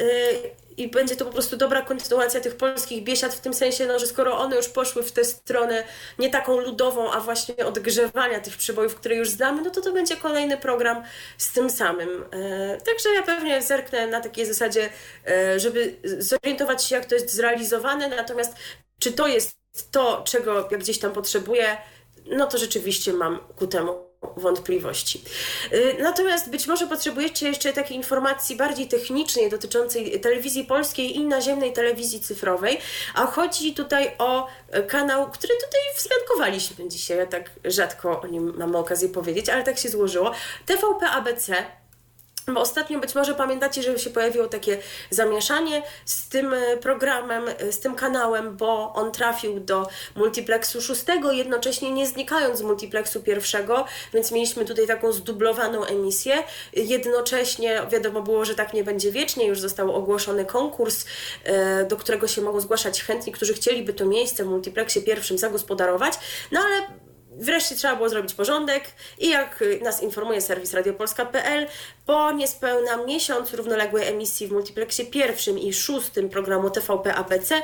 i będzie to po prostu dobra kontynuacja tych polskich biesiad w tym sensie, no, że skoro one już poszły w tę stronę nie taką ludową, a właśnie odgrzewania tych przybojów, które już znamy, no to będzie kolejny program z tym samym. Także ja pewnie zerknę na takiej zasadzie, żeby zorientować się, jak to jest zrealizowane, natomiast czy to jest to, czego ja gdzieś tam potrzebuję, no to rzeczywiście mam ku temu wątpliwości. Natomiast być może potrzebujecie jeszcze takiej informacji bardziej technicznej dotyczącej telewizji polskiej i naziemnej telewizji cyfrowej, a chodzi tutaj o kanał, który tutaj wzmiankowaliśmy dzisiaj, ja tak rzadko o nim mamy okazję powiedzieć, ale tak się złożyło, TVP ABC. Bo ostatnio być może pamiętacie, że się pojawiło takie zamieszanie z tym programem, z tym kanałem, bo on trafił do multiplexu 6, jednocześnie nie znikając z multiplexu 1, więc mieliśmy tutaj taką zdublowaną emisję. Jednocześnie wiadomo było, że tak nie będzie wiecznie, już został ogłoszony konkurs, do którego się mogą zgłaszać chętni, którzy chcieliby to miejsce w multiplexie 1 zagospodarować, no ale wreszcie trzeba było zrobić porządek i jak nas informuje serwis radiopolska.pl, po niespełna miesiąc równoległej emisji w multiplexie 1 i 6 programu TVP ABC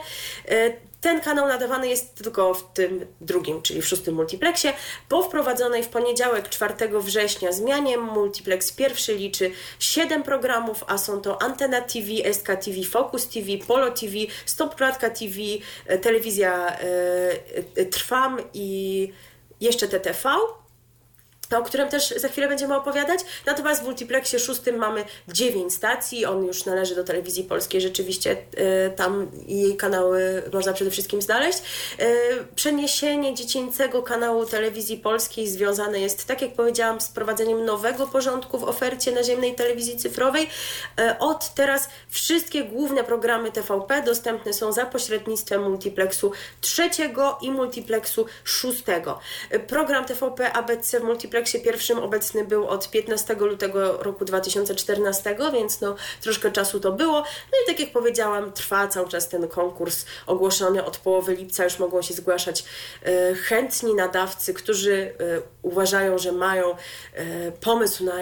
ten kanał nadawany jest tylko w tym drugim, czyli w 6 multiplexie. Po wprowadzonej w poniedziałek 4 września zmianie multiplex 1 liczy 7 programów, a są to Antena TV, SK TV, Focus TV, Polo TV, Stopklatka TV, telewizja Trwam i jeszcze TTV. o którym też za chwilę będziemy opowiadać. Natomiast w Multiplexie 6 mamy 9 stacji. On już należy do Telewizji Polskiej. Rzeczywiście tam jej kanały można przede wszystkim znaleźć. Przeniesienie dziecięcego kanału Telewizji Polskiej związane jest, tak jak powiedziałam, z prowadzeniem nowego porządku w ofercie naziemnej telewizji cyfrowej. Od teraz wszystkie główne programy TVP dostępne są za pośrednictwem Multiplexu 3 i Multiplexu 6. Program TVP ABC w Multiplexie pierwszym obecny był od 15 lutego roku 2014, więc troszkę czasu to było. No i tak jak powiedziałam, trwa cały czas ten konkurs ogłoszony od połowy lipca. Już mogą się zgłaszać chętni nadawcy, którzy uważają, że mają pomysł na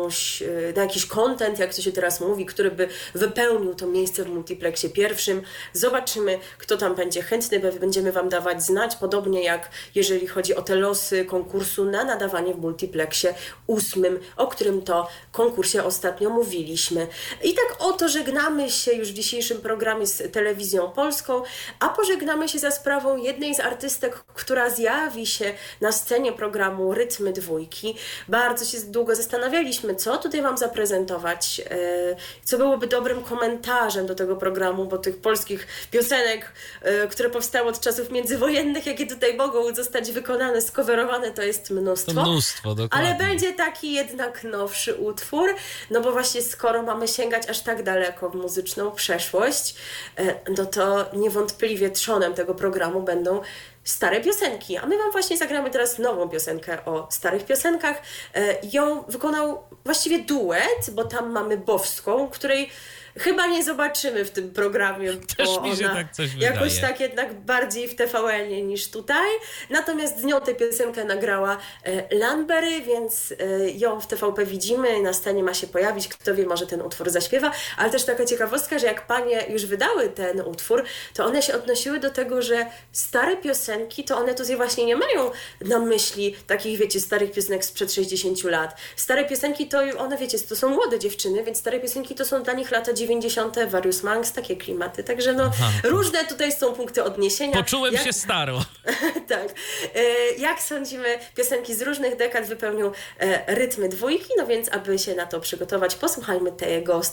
jakiś content, jak to się teraz mówi, który by wypełnił to miejsce w Multiplexie pierwszym. Zobaczymy, kto tam będzie chętny, będziemy Wam dawać znać, podobnie jak jeżeli chodzi o te losy konkursu na nadawanie w Multiplexie 8, o którym to konkursie ostatnio mówiliśmy. I tak oto żegnamy się już w dzisiejszym programie z Telewizją Polską, a pożegnamy się za sprawą jednej z artystek, która zjawi się na scenie programu Rytmy Dwójki. Bardzo się długo zastanawialiśmy, co tutaj Wam zaprezentować, co byłoby dobrym komentarzem do tego programu, bo tych polskich piosenek, które powstały od czasów międzywojennych, jakie tutaj mogą zostać wykonane, skowerowane, to jest mnóstwo. Dokładnie. Ale będzie taki jednak nowszy utwór, no bo właśnie skoro mamy sięgać aż tak daleko w muzyczną przeszłość, no to niewątpliwie trzonem tego programu będą stare piosenki. A my Wam właśnie zagramy teraz nową piosenkę o starych piosenkach. Ją wykonał właściwie duet, bo tam mamy Bowską, której chyba nie zobaczymy w tym programie, Też bo mi się ona tak coś wydaje. jakoś tak jednak bardziej w TVN-ie niż tutaj. Natomiast z nią tę piosenkę nagrała Landberry, więc ją w TVP widzimy, na scenie ma się pojawić, kto wie, może ten utwór zaśpiewa. Ale też taka ciekawostka, że jak panie już wydały ten utwór, to one się odnosiły do tego, że stare piosenki, to one tutaj właśnie nie mają na myśli takich, wiecie, starych piosenek sprzed 60 lat. Stare piosenki to one, wiecie, to są młode dziewczyny, więc stare piosenki to są dla nich lata 90., Various Manx, takie klimaty. Także różne tutaj są punkty odniesienia. Poczułem się staro. Tak. Jak sądzimy, piosenki z różnych dekad wypełnią rytmy dwójki, no więc aby się na to przygotować, posłuchajmy tego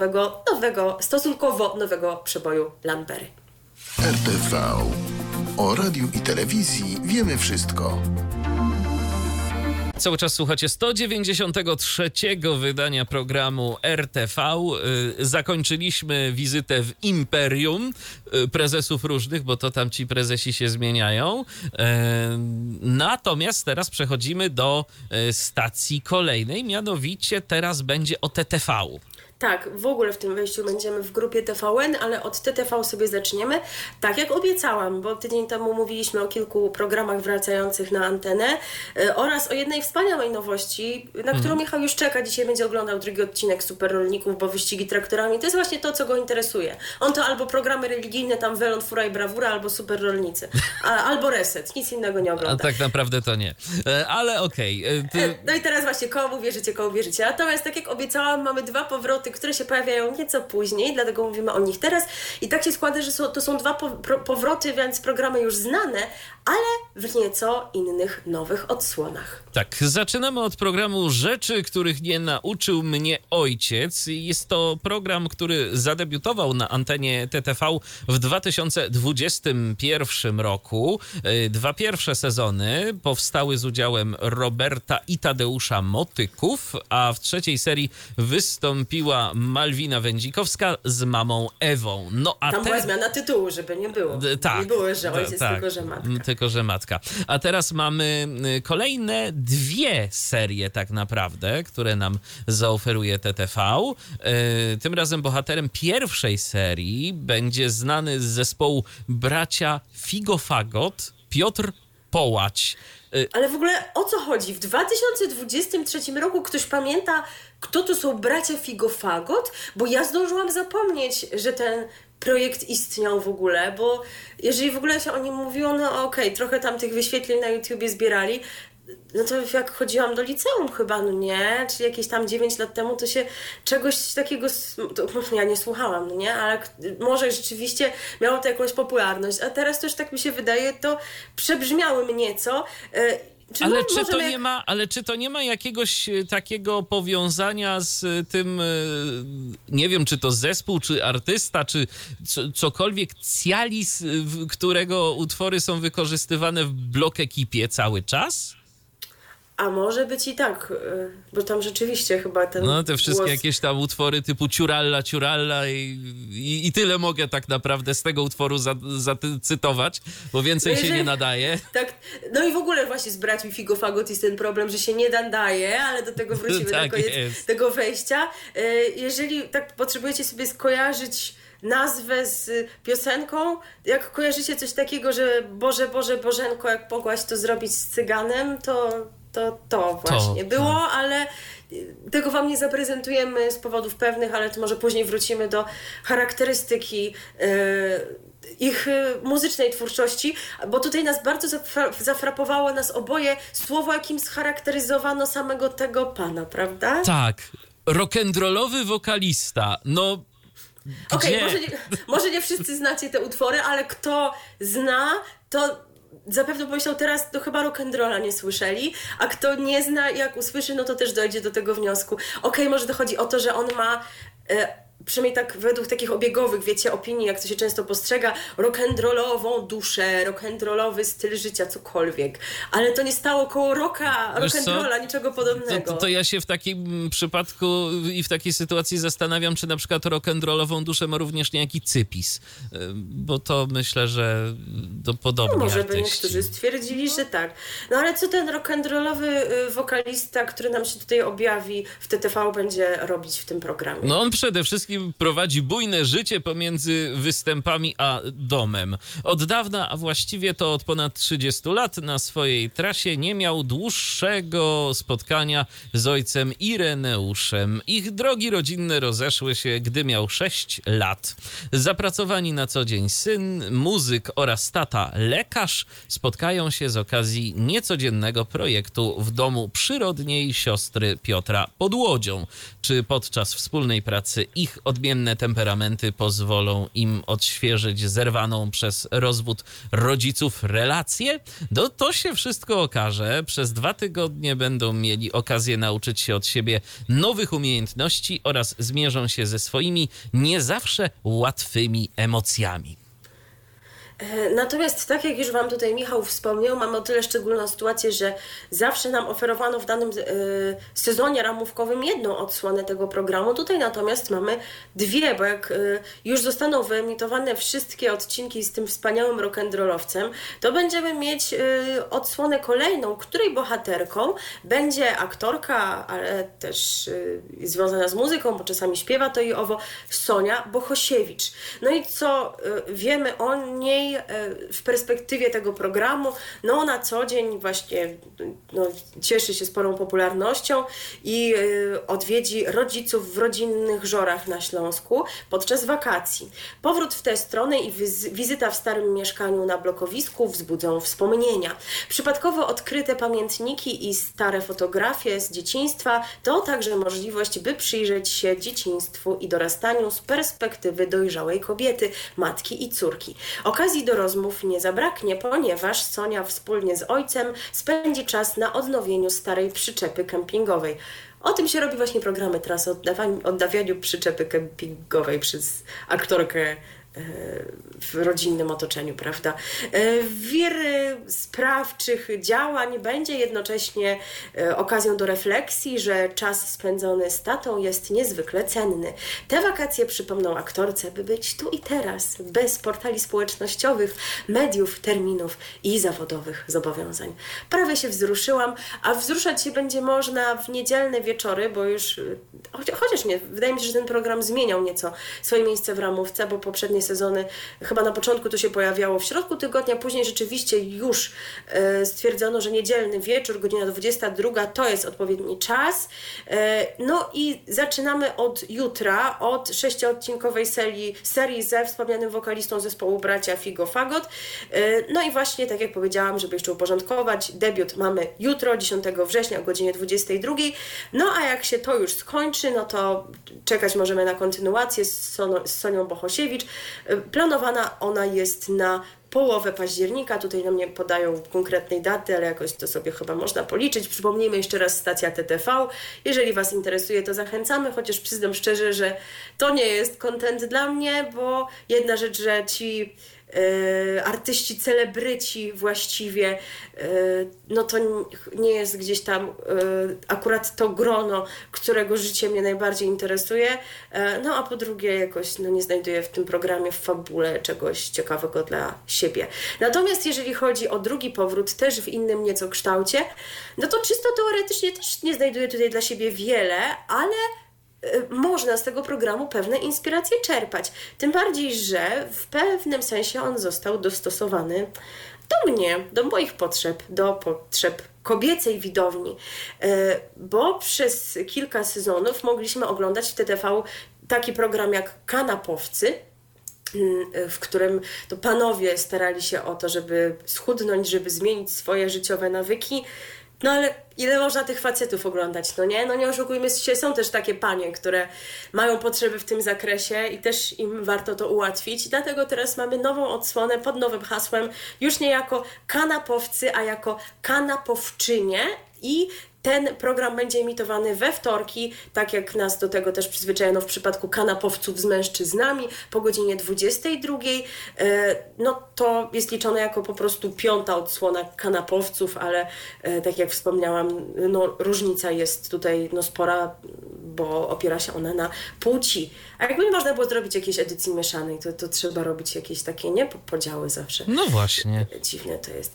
stosunkowo nowego przeboju Landberry. RTV. O radiu i telewizji wiemy wszystko. Cały czas słuchacie 193 wydania programu RTV. Zakończyliśmy wizytę w Imperium prezesów różnych, bo to tam ci prezesi się zmieniają. Natomiast teraz przechodzimy do stacji kolejnej, mianowicie teraz będzie o TTV. Tak, w ogóle w tym wejściu będziemy w grupie TVN, ale od TTV sobie zaczniemy. Tak jak obiecałam, bo tydzień temu mówiliśmy o kilku programach wracających na antenę oraz o jednej wspaniałej nowości, na którą Michał już czeka. Dzisiaj będzie oglądał drugi odcinek Super Rolników, bo wyścigi traktorami to jest właśnie to, co go interesuje. On to albo programy religijne, tam Welon, Fura i Brawura, albo Super Rolnicy. Albo Reset, nic innego nie ogląda. A tak naprawdę to nie. Ale okej. No i teraz właśnie komu wierzycie. Natomiast tak jak obiecałam, mamy dwa powroty, które się pojawiają nieco później, dlatego mówimy o nich teraz. I tak się składa, że to są dwa powroty, więc programy już znane, ale w nieco innych, nowych odsłonach. Tak, zaczynamy od programu Rzeczy, których nie nauczył mnie ojciec. Jest to program, który zadebiutował na antenie TTV w 2021 roku. Dwa pierwsze sezony powstały z udziałem Roberta i Tadeusza Motyków, a w trzeciej serii wystąpiła Malwina Wędzikowska z mamą Ewą. No, a tam była zmiana tytułu, żeby nie było. Tak. Nie było, że ojciec, tylko że matka. Tylko, że matka. A teraz mamy kolejne dwie serie tak naprawdę, które nam zaoferuje TTV. Tym razem bohaterem pierwszej serii będzie znany z zespołu Bracia Figofagot Piotr Połać. Ale w ogóle o co chodzi? W 2023 roku ktoś pamięta, kto to są Bracia Figofagot? Bo ja zdążyłam zapomnieć, że ten projekt istniał w ogóle, bo jeżeli w ogóle się o nim mówiło, no okej, trochę tam tych wyświetleń na YouTubie zbierali, no to jak chodziłam do liceum chyba, no nie? Czy jakieś tam 9 lat temu, to się czegoś takiego, to ja nie słuchałam, no nie? Ale może rzeczywiście miało to jakąś popularność, a teraz też tak mi się wydaje, to przebrzmiały mnie nieco. Ale czy to nie ma jakiegoś takiego powiązania z tym, nie wiem, czy to zespół, czy artysta, czy cokolwiek, Cialis, którego utwory są wykorzystywane w Blok Ekipie cały czas? A może być i tak, bo tam rzeczywiście chyba ten No te wszystkie głos... jakieś tam utwory typu ciuralla, ciuralla i tyle mogę tak naprawdę z tego utworu zacytować, bo więcej się nie nadaje. Tak, no i w ogóle właśnie z braćmi Figo Fagot jest ten problem, że się nie nadaje, ale do tego wrócimy Tak na koniec jest. tego wejścia. Jeżeli tak potrzebujecie sobie skojarzyć nazwę z piosenką, jak kojarzycie coś takiego, że Boże, Boże, Bożenko, jak mogłaś to zrobić z Cyganem, to właśnie było, ale tego wam nie zaprezentujemy z powodów pewnych, ale to może później wrócimy do charakterystyki ich muzycznej twórczości, bo tutaj nas bardzo zafrapowało nas oboje słowo, jakim scharakteryzowano samego tego pana, prawda? Tak, rock'n'rollowy wokalista, no... Okej, może nie wszyscy znacie te utwory, ale kto zna, to zapewne pomyślał teraz, to chyba rock'n'rolla nie słyszeli, a kto nie zna, jak usłyszy, no to też dojdzie do tego wniosku. Okej, może to chodzi o to, że on ma... przynajmniej tak według takich obiegowych, wiecie, opinii, jak to się często postrzega, rock'n'rollową duszę, rock'n'rollowy styl życia, cokolwiek. Ale to nie stało koło rock'n'rolla, niczego podobnego. To ja się w takim przypadku i w takiej sytuacji zastanawiam, czy na przykład rock'n'rollową duszę ma również niejaki Cypis. Bo to myślę, że to podobnie no, może artyści. by niektórzy stwierdzili, że tak. No ale co ten rock'n'rollowy wokalista, który nam się tutaj objawi w TTV, będzie robić w tym programie? No on przede wszystkim prowadzi bujne życie pomiędzy występami a domem. Od dawna, a właściwie to od ponad 30 lat na swojej trasie nie miał dłuższego spotkania z ojcem Ireneuszem. Ich drogi rodzinne rozeszły się, gdy miał 6 lat. Zapracowani na co dzień syn, muzyk oraz tata lekarz spotkają się z okazji niecodziennego projektu w domu przyrodniej siostry Piotra pod Łodzią. Czy podczas wspólnej pracy ich odmienne temperamenty pozwolą im odświeżyć zerwaną przez rozwód rodziców relację? To się wszystko okaże. Przez 2 tygodnie będą mieli okazję nauczyć się od siebie nowych umiejętności oraz zmierzą się ze swoimi nie zawsze łatwymi emocjami. Natomiast tak jak już wam tutaj Michał wspomniał, mamy o tyle szczególną sytuację, że zawsze nam oferowano w danym sezonie ramówkowym jedną odsłonę tego programu. Tutaj natomiast mamy 2, bo jak już zostaną wyemitowane wszystkie odcinki z tym wspaniałym rock'n'rollowcem, to będziemy mieć odsłonę kolejną, której bohaterką będzie aktorka, ale też związana z muzyką, bo czasami śpiewa to i owo, Sonia Bohosiewicz. No i co wiemy o niej w perspektywie tego programu? No na co dzień właśnie cieszy się sporą popularnością i odwiedzi rodziców w rodzinnych Żorach na Śląsku podczas wakacji. Powrót w tę stronę i wizyta w starym mieszkaniu na blokowisku wzbudzą wspomnienia. Przypadkowo odkryte pamiętniki i stare fotografie z dzieciństwa to także możliwość, by przyjrzeć się dzieciństwu i dorastaniu z perspektywy dojrzałej kobiety, matki i córki. Okazji do rozmów nie zabraknie, ponieważ Sonia wspólnie z ojcem spędzi czas na odnowieniu starej przyczepy kempingowej. O tym się robi właśnie programy trasy, odnawianiu przyczepy kempingowej przez aktorkę w rodzinnym otoczeniu, prawda? Wir sprawczych działań będzie jednocześnie okazją do refleksji, że czas spędzony z tatą jest niezwykle cenny. Te wakacje przypomną aktorce, by być tu i teraz, bez portali społecznościowych, mediów, terminów i zawodowych zobowiązań. Prawie się wzruszyłam, a wzruszać się będzie można w niedzielne wieczory, bo już, chociaż nie, wydaje mi się, że ten program zmieniał nieco swoje miejsce w ramówce, bo poprzednie sezony chyba na początku to się pojawiało w środku tygodnia, później rzeczywiście już stwierdzono, że niedzielny wieczór, godzina 22 to jest odpowiedni czas. No i zaczynamy od jutra, od 6-odcinkowej serii ze wspomnianym wokalistą zespołu bracia Figo Fagot. No i właśnie, tak jak powiedziałam, żeby jeszcze uporządkować, debiut mamy jutro, 10 września o godzinie 22. No a jak się to już skończy, no to czekać możemy na kontynuację z Sonią Bohosiewicz. Planowana ona jest na połowę października, tutaj nam nie podają konkretnej daty, ale jakoś to sobie chyba można policzyć. Przypomnijmy jeszcze raz, stacja TTV. Jeżeli Was interesuje, to zachęcamy, chociaż przyznam szczerze, że to nie jest content dla mnie, bo jedna rzecz, że ci artyści, celebryci właściwie, no to nie jest gdzieś tam akurat to grono, którego życie mnie najbardziej interesuje, no a po drugie jakoś nie znajduję w tym programie, w fabule czegoś ciekawego dla siebie. Natomiast jeżeli chodzi o drugi powrót, też w innym nieco kształcie, no to czysto teoretycznie też nie znajduję tutaj dla siebie wiele, ale można z tego programu pewne inspiracje czerpać. Tym bardziej, że w pewnym sensie on został dostosowany do mnie, do moich potrzeb, do potrzeb kobiecej widowni, bo przez kilka sezonów mogliśmy oglądać w TTV taki program jak Kanapowcy, w którym to panowie starali się o to, żeby schudnąć, żeby zmienić swoje życiowe nawyki. No ale ile można tych facetów oglądać, no nie? No nie oszukujmy się, są też takie panie, które mają potrzeby w tym zakresie i też im warto to ułatwić. Dlatego teraz mamy nową odsłonę pod nowym hasłem, już nie jako kanapowcy, a jako kanapowczynie i ten program będzie emitowany we wtorki, tak jak nas do tego też przyzwyczajono w przypadku kanapowców z mężczyznami, po godzinie 22. No to jest liczone jako po prostu 5. odsłona kanapowców, ale tak jak wspomniałam, no różnica jest tutaj spora, bo opiera się ona na płci. A jakby nie można było zrobić jakiejś edycji mieszanej, to trzeba robić jakieś takie, nie? Podziały zawsze. No właśnie. Dziwne to jest.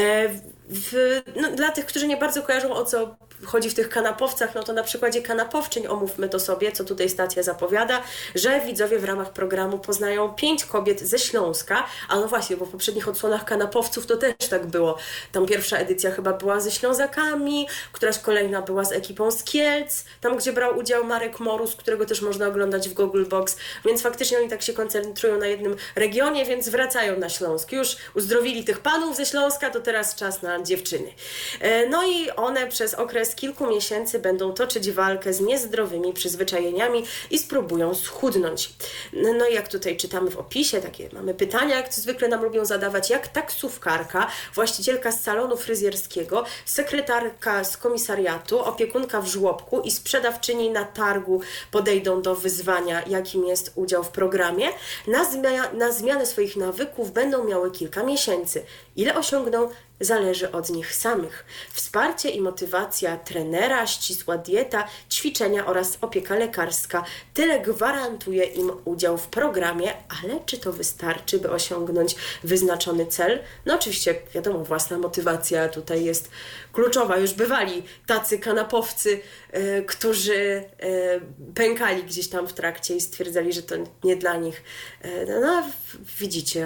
Dla tych, którzy nie bardzo kojarzą, o co chodzi w tych kanapowcach, no to na przykładzie kanapowczyń omówmy to sobie, co tutaj stacja zapowiada, że widzowie w ramach programu poznają 5 kobiet ze Śląska, a no właśnie, bo w poprzednich odsłonach kanapowców to też tak było. Tam pierwsza edycja chyba była ze Ślązakami, któraś kolejna była z ekipą z Kielc, tam gdzie brał udział Marek Morus, którego też można oglądać w Google Box, więc faktycznie oni tak się koncentrują na jednym regionie, więc wracają na Śląsk. Już uzdrowili tych panów ze Śląska, to teraz czas na dziewczyny. No i one przez okres kilku miesięcy będą toczyć walkę z niezdrowymi przyzwyczajeniami i spróbują schudnąć. No i jak tutaj czytamy w opisie, takie mamy pytania, jak zwykle nam lubią zadawać, jak taksówkarka, właścicielka z salonu fryzjerskiego, sekretarka z komisariatu, opiekunka w żłobku i sprzedawczyni na targu podejdą do wyzwania, jakim jest udział w programie. Na zmianę swoich nawyków będą miały kilka miesięcy. Ile osiągną? Zależy od nich samych. Wsparcie i motywacja trenera, ścisła dieta, ćwiczenia oraz opieka lekarska. Tyle gwarantuje im udział w programie, ale czy to wystarczy, by osiągnąć wyznaczony cel? No oczywiście, wiadomo, własna motywacja tutaj jest kluczowa. Już bywali tacy kanapowcy, którzy pękali gdzieś tam w trakcie i stwierdzali, że to nie dla nich. No widzicie,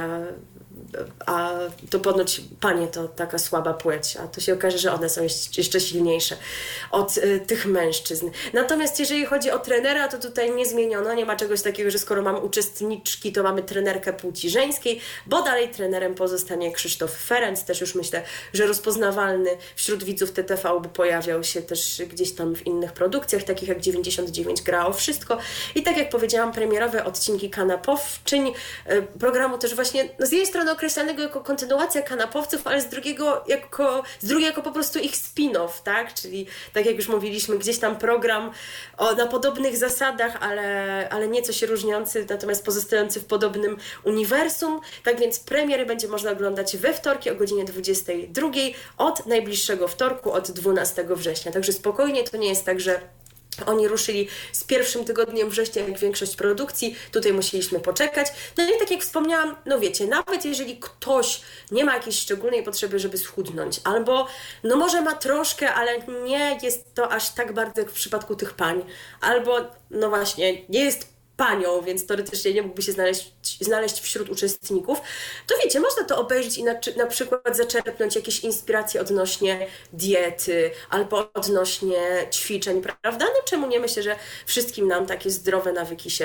a to ponoć panie to taka słaba płeć, a to się okaże, że one są jeszcze silniejsze od tych mężczyzn. Natomiast jeżeli chodzi o trenera, to tutaj nie zmieniono, nie ma czegoś takiego, że skoro mamy uczestniczki, to mamy trenerkę płci żeńskiej, bo dalej trenerem pozostanie Krzysztof Ferenc, też już myślę, że rozpoznawalny wśród widzów TTV, bo pojawiał się też gdzieś tam w innych produkcjach, takich jak 99 gra o wszystko. I tak jak powiedziałam, premierowe odcinki kanapowczyń programu też właśnie z jednej strony określanego jako kontynuacja kanapowców, ale z drugiej jako po prostu ich spin-off, tak? Czyli tak jak już mówiliśmy, gdzieś tam program na podobnych zasadach, ale nieco się różniący, natomiast pozostający w podobnym uniwersum. Tak więc premiery będzie można oglądać we wtorki o godzinie 22 od najbliższego wtorku, od 12 września. Także spokojnie, to nie jest tak, że oni ruszyli z pierwszym tygodniem września, jak większość produkcji. Tutaj musieliśmy poczekać. No i tak jak wspomniałam, no wiecie, nawet jeżeli ktoś nie ma jakiejś szczególnej potrzeby, żeby schudnąć, albo no może ma troszkę, ale nie jest to aż tak bardzo jak w przypadku tych pań, albo no właśnie, nie jest panią, więc teoretycznie nie mógłby się znaleźć wśród uczestników, to wiecie, można to obejrzeć i na przykład zaczerpnąć jakieś inspiracje odnośnie diety albo odnośnie ćwiczeń, prawda? No czemu nie? Myślę, że wszystkim nam takie zdrowe nawyki się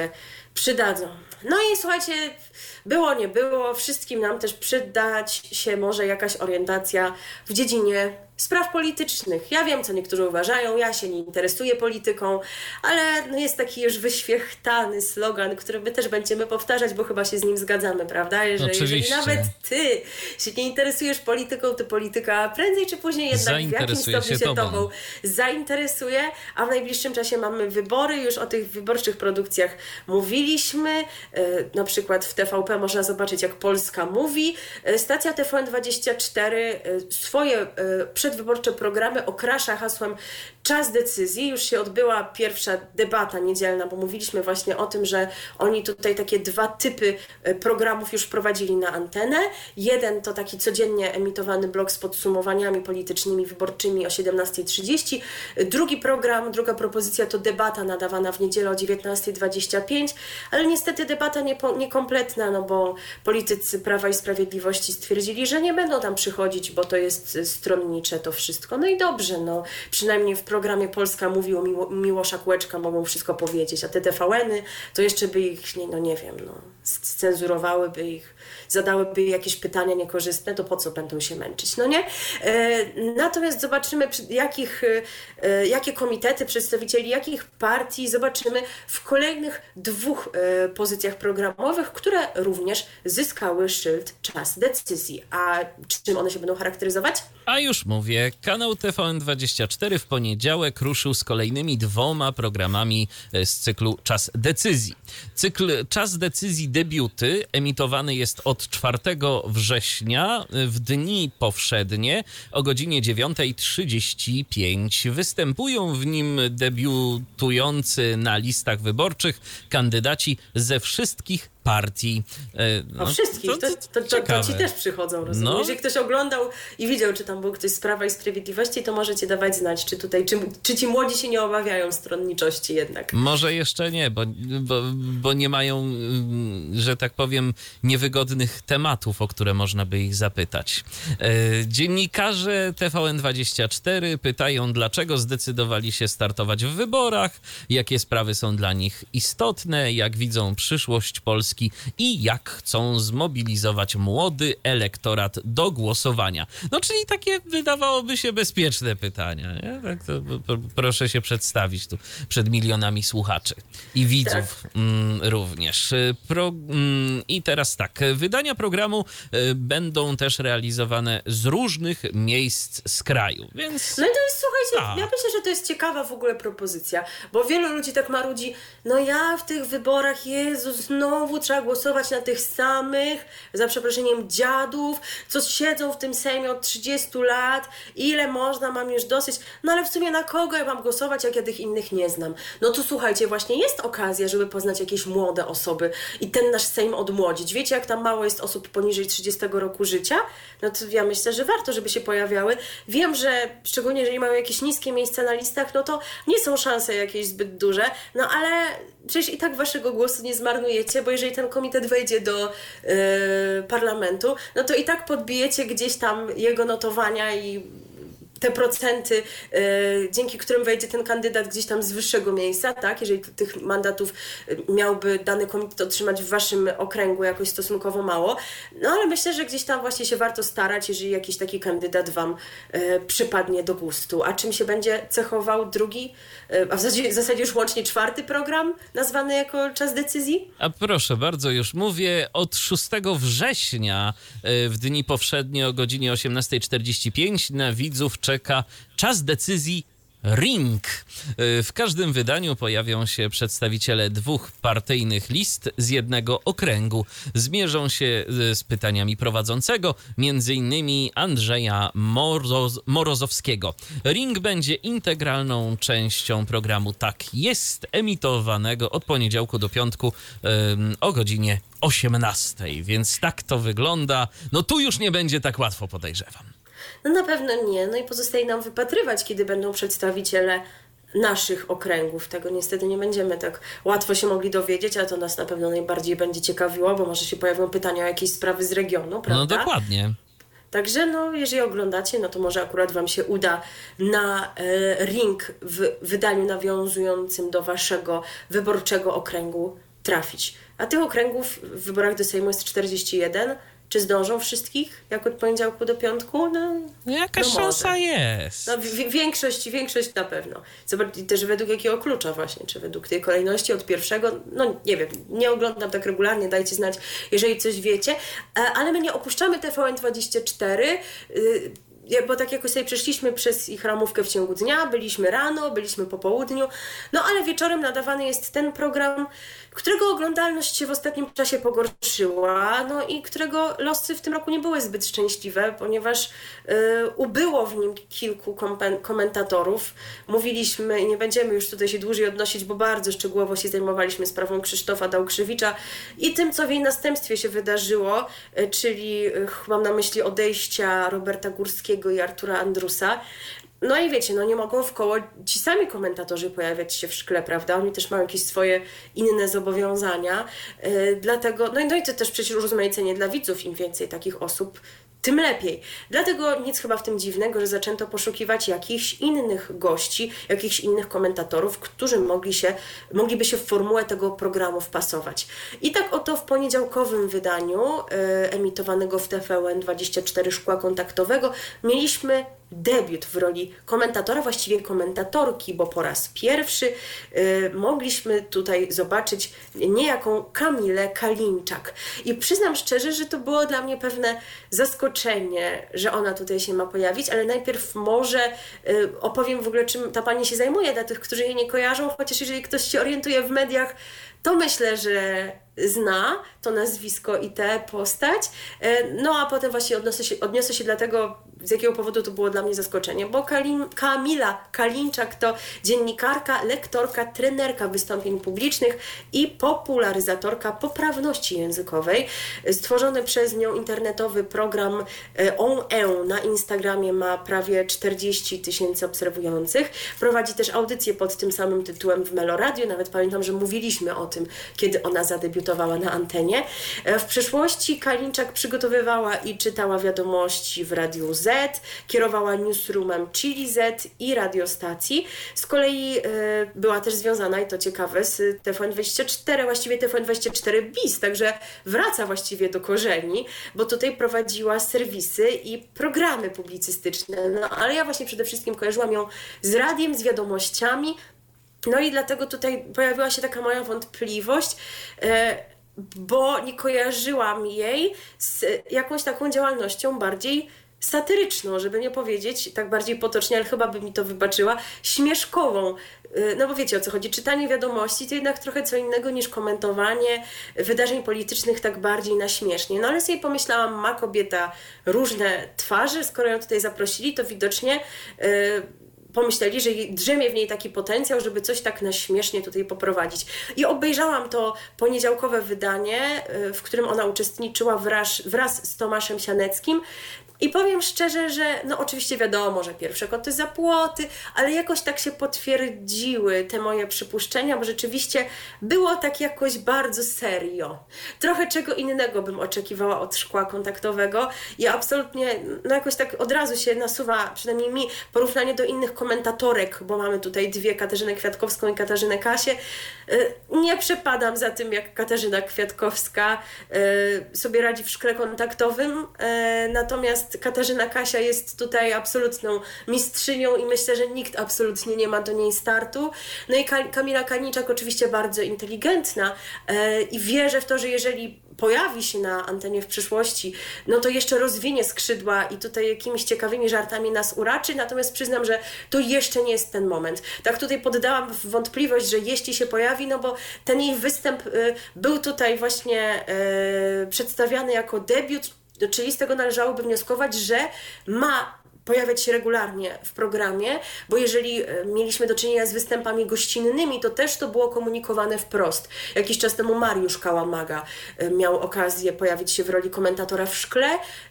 przydadzą. No i słuchajcie, było, nie było, wszystkim nam też przydać się może jakaś orientacja w dziedzinie spraw politycznych. Ja wiem, co niektórzy uważają, ja się nie interesuję polityką, ale no jest taki już wyświechtany slogan, który my też będziemy powtarzać, bo chyba się z nim zgadzamy, prawda? Jeżeli nawet ty się nie interesujesz polityką, to polityka prędzej czy później jednak w jakimś stopniu się tobą zainteresuje, a w najbliższym czasie mamy wybory, już o tych wyborczych produkcjach mówiliśmy, na przykład w TVP można zobaczyć, jak Polska mówi. Stacja TVN24 swoje przedwyborcze programy okrasza hasłem czas decyzji. Już się odbyła pierwsza debata niedzielna, bo mówiliśmy właśnie o tym, że oni tutaj takie dwa typy programów już wprowadzili na antenę. Jeden to taki codziennie emitowany blok z podsumowaniami politycznymi, wyborczymi o 17:30. Drugi program, druga propozycja to debata nadawana w niedzielę o 19:25, ale niestety debata niekompletna, no bo politycy Prawa i Sprawiedliwości stwierdzili, że nie będą tam przychodzić, bo to jest stronnicze to wszystko. No i dobrze, no przynajmniej w programie Polska mówi o Miłosza Kłeczka, mogą wszystko powiedzieć, a te TVN-y to jeszcze by ich, nie wiem, scenzurowałyby ich, zadałyby jakieś pytania niekorzystne, to po co będą się męczyć, no nie? Natomiast zobaczymy, jakie komitety, przedstawicieli jakich partii zobaczymy w kolejnych dwóch pozycjach programowych, które również zyskały szyld czas decyzji. A czym one się będą charakteryzować? A już mówię, kanał TVN24 w poniedziałek ruszył z kolejnymi dwoma programami z cyklu Czas Decyzji. Cykl Czas Decyzji Debiuty emitowany jest od 4 września w dni powszednie o godzinie 9:35. Występują w nim debiutujący na listach wyborczych kandydaci ze wszystkich partii. Wszystkich? To ci też przychodzą, rozumiem. Jeżeli ktoś oglądał i widział, czy tam był ktoś z Prawa i Sprawiedliwości, to możecie dawać znać, czy ci młodzi się nie obawiają stronniczości jednak. Może jeszcze nie, bo nie mają, że tak powiem, niewygodnych tematów, o które można by ich zapytać. Dziennikarze TVN24 pytają, dlaczego zdecydowali się startować w wyborach, jakie sprawy są dla nich istotne, jak widzą przyszłość Polski i jak chcą zmobilizować młody elektorat do głosowania. No, czyli takie wydawałoby się bezpieczne pytania, nie? Tak to proszę się przedstawić tu przed milionami słuchaczy i widzów również. I teraz tak, wydania programu będą też realizowane z różnych miejsc z kraju, więc... No i to jest, słuchajcie, ja myślę, że to jest ciekawa w ogóle propozycja, bo wielu ludzi tak marudzi, no ja w tych wyborach, Jezu, znowu trzeba głosować na tych samych, za przeproszeniem, dziadów, co siedzą w tym Sejmie od 30 lat, ile można, mam już dosyć, no ale w sumie na kogo ja mam głosować, jak ja tych innych nie znam? No to słuchajcie, właśnie jest okazja, żeby poznać jakieś młode osoby i ten nasz Sejm odmłodzić. Wiecie, jak tam mało jest osób poniżej 30 roku życia? No to ja myślę, że warto, żeby się pojawiały. Wiem, że szczególnie jeżeli mają jakieś niskie miejsca na listach, no to nie są szanse jakieś zbyt duże, no ale przecież i tak waszego głosu nie zmarnujecie, bo jeżeli ten komitet wejdzie do parlamentu, no to i tak podbijecie gdzieś tam jego notowania i te procenty, dzięki którym wejdzie ten kandydat gdzieś tam z wyższego miejsca, tak? Jeżeli tych mandatów miałby dany komitet otrzymać w waszym okręgu jakoś stosunkowo mało. No ale myślę, że gdzieś tam właśnie się warto starać, jeżeli jakiś taki kandydat wam przypadnie do gustu. A czym się będzie cechował drugi, a w zasadzie już łącznie 4 program nazwany jako Czas Decyzji? A proszę bardzo, już mówię, od 6 września w dni powszednie o godzinie 18:45 na widzów czeka Czas Decyzji Ring. W każdym wydaniu pojawią się przedstawiciele 2 partyjnych list z jednego okręgu. Zmierzą się z pytaniami prowadzącego, m.in. Andrzeja Morozowskiego. Ring będzie integralną częścią programu Tak Jest, emitowanego od poniedziałku do piątku o godzinie 18:00, więc tak to wygląda. No tu już nie będzie tak łatwo, podejrzewam. No na pewno nie. No i pozostaje nam wypatrywać, kiedy będą przedstawiciele naszych okręgów. Tego niestety nie będziemy tak łatwo się mogli dowiedzieć, a to nas na pewno najbardziej będzie ciekawiło, bo może się pojawią pytania o jakieś sprawy z regionu, prawda? No dokładnie. Także no, jeżeli oglądacie, no to może akurat wam się uda na Ring w wydaniu nawiązującym do waszego wyborczego okręgu trafić. A tych okręgów w wyborach do Sejmu jest 41. Czy zdążą wszystkich, jak od poniedziałku do piątku? No, jakaś szansa jest. No, większość na pewno. Zobacz, też według jakiego klucza właśnie, czy według tej kolejności od pierwszego, no nie wiem, nie oglądam tak regularnie, dajcie znać, jeżeli coś wiecie, ale my nie opuszczamy TVN24, bo tak jakoś sobie przeszliśmy przez ich ramówkę w ciągu dnia, byliśmy rano, byliśmy po południu, no ale wieczorem nadawany jest ten program, którego oglądalność się w ostatnim czasie pogorszyła, no i którego losy w tym roku nie były zbyt szczęśliwe, ponieważ ubyło w nim kilku komentatorów. Mówiliśmy i nie będziemy już tutaj się dłużej odnosić, bo bardzo szczegółowo się zajmowaliśmy sprawą Krzysztofa Dałkrzywicza i tym, co w jej następstwie się wydarzyło, czyli mam na myśli odejścia Roberta Górskiego i Artura Andrusa. No i wiecie, no nie mogą w koło ci sami komentatorzy pojawiać się w szkle, prawda? Oni też mają jakieś swoje inne zobowiązania, dlatego, no i to też przecież urozmaicenie dla widzów, im więcej takich osób, tym lepiej. Dlatego nic chyba w tym dziwnego, że zaczęto poszukiwać jakichś innych gości, jakichś innych komentatorów, którzy mogliby się w formułę tego programu wpasować. I tak oto w poniedziałkowym wydaniu emitowanego w TVN24 Szkła Kontaktowego mieliśmy debiut w roli komentatora, właściwie komentatorki, bo po raz pierwszy mogliśmy tutaj zobaczyć niejaką Kamilę Kalinczak. I przyznam szczerze, że to było dla mnie pewne zaskoczenie, że ona tutaj się ma pojawić, ale najpierw może opowiem w ogóle, czym ta pani się zajmuje dla tych, którzy jej nie kojarzą, chociaż jeżeli ktoś się orientuje w mediach, to myślę, że zna to nazwisko i tę postać. No a potem właśnie odniosę się dlatego, z jakiego powodu to było dla mnie zaskoczenie, bo Kamila Kalinczak to dziennikarka, lektorka, trenerka wystąpień publicznych i popularyzatorka poprawności językowej. Stworzony przez nią internetowy program On na Instagramie ma prawie 40 000 obserwujących. Prowadzi też audycję pod tym samym tytułem w Meloradio. Nawet pamiętam, że mówiliśmy o tym, kiedy ona zadebiutowała na antenie. W przeszłości Kalinczak przygotowywała i czytała wiadomości w Radiu Z, kierowała newsroomem Chili Z i radiostacji. Z kolei była też związana, i to ciekawe, z TVN24, właściwie TVN24 BIS, także wraca właściwie do korzeni, bo tutaj prowadziła serwisy i programy publicystyczne. No ale ja właśnie przede wszystkim kojarzyłam ją z radiem, z wiadomościami. No i dlatego tutaj pojawiła się taka moja wątpliwość, bo nie kojarzyłam jej z jakąś taką działalnością bardziej satyryczną, żeby nie powiedzieć tak bardziej potocznie, ale chyba by mi to wybaczyła, śmieszkową. No bo wiecie, o co chodzi. Czytanie wiadomości to jednak trochę co innego niż komentowanie wydarzeń politycznych tak bardziej na śmiesznie. No ale sobie pomyślałam, ma kobieta różne twarze, skoro ją tutaj zaprosili, to widocznie pomyśleli, że drzemie w niej taki potencjał, żeby coś tak na śmiesznie tutaj poprowadzić. I obejrzałam to poniedziałkowe wydanie, w którym ona uczestniczyła wraz z Tomaszem Sianeckim. I powiem szczerze, że no oczywiście wiadomo, że pierwsze koty za płoty, ale jakoś tak się potwierdziły te moje przypuszczenia, bo rzeczywiście było tak jakoś bardzo serio. Trochę czego innego bym oczekiwała od Szkła Kontaktowego i absolutnie, no jakoś tak od razu się nasuwa, przynajmniej mi, porównanie do innych komentatorek, bo mamy tutaj dwie, Katarzynę Kwiatkowską i Katarzynę Kasię. Nie przepadam za tym, jak Katarzyna Kwiatkowska sobie radzi w Szkle Kontaktowym, natomiast Katarzyna Kasia jest tutaj absolutną mistrzynią i myślę, że nikt absolutnie nie ma do niej startu. No i Kamila Kalinczak oczywiście bardzo inteligentna i wierzę w to, że jeżeli pojawi się na antenie w przyszłości, no to jeszcze rozwinie skrzydła i tutaj jakimiś ciekawymi żartami nas uraczy, natomiast przyznam, że to jeszcze nie jest ten moment. Tak tutaj poddałam w wątpliwość, że jeśli się pojawi, no bo ten jej występ był tutaj właśnie przedstawiany jako debiut, czyli z tego należałoby wnioskować, że ma pojawiać się regularnie w programie, bo jeżeli mieliśmy do czynienia z występami gościnnymi, to też to było komunikowane wprost. Jakiś czas temu Mariusz Kałamaga miał okazję pojawić się w roli komentatora w Szkle,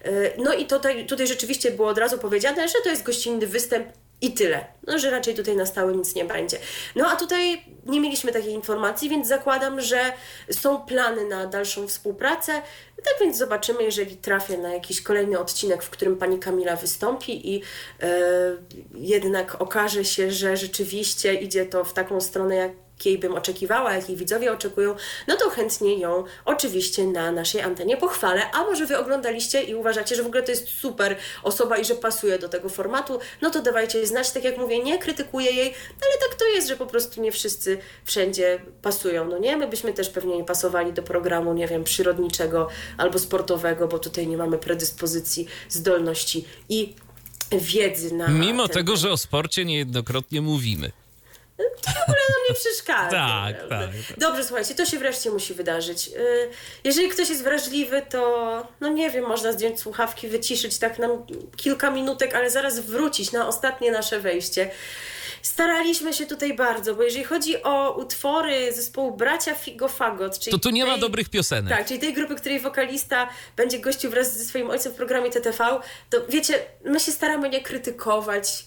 no i tutaj rzeczywiście było od razu powiedziane, że to jest gościnny występ i tyle. No, że raczej tutaj na stałe nic nie będzie. No a tutaj nie mieliśmy takiej informacji, więc zakładam, że są plany na dalszą współpracę. Tak więc zobaczymy, jeżeli trafię na jakiś kolejny odcinek, w którym pani Kamila wystąpi i jednak okaże się, że rzeczywiście idzie to w taką stronę, jakiej bym oczekiwała, jakiej widzowie oczekują, no to chętnie ją oczywiście na naszej antenie pochwalę. A może wy oglądaliście i uważacie, że w ogóle to jest super osoba i że pasuje do tego formatu, no to dawajcie znać. Tak jak mówię, nie krytykuję jej, ale tak to jest, że po prostu nie wszyscy wszędzie pasują, no nie? My byśmy też pewnie nie pasowali do programu, nie wiem, przyrodniczego albo sportowego, bo tutaj nie mamy predyspozycji, zdolności i wiedzy na Mimo ten tego, że o sporcie niejednokrotnie mówimy. To w ogóle nam nie przeszkadza. Tak. Dobrze, słuchajcie, to się wreszcie musi wydarzyć. Jeżeli ktoś jest wrażliwy, to no nie wiem, można zdjąć słuchawki, wyciszyć tak na kilka minutek, ale zaraz wrócić na ostatnie nasze wejście. Staraliśmy się tutaj bardzo, bo jeżeli chodzi o utwory zespołu Bracia Figo Fagot, czyli To tu nie ma dobrych piosenek. Tak, czyli tej grupy, której wokalista będzie gościł wraz ze swoim ojcem w programie TTV, to wiecie, my się staramy nie krytykować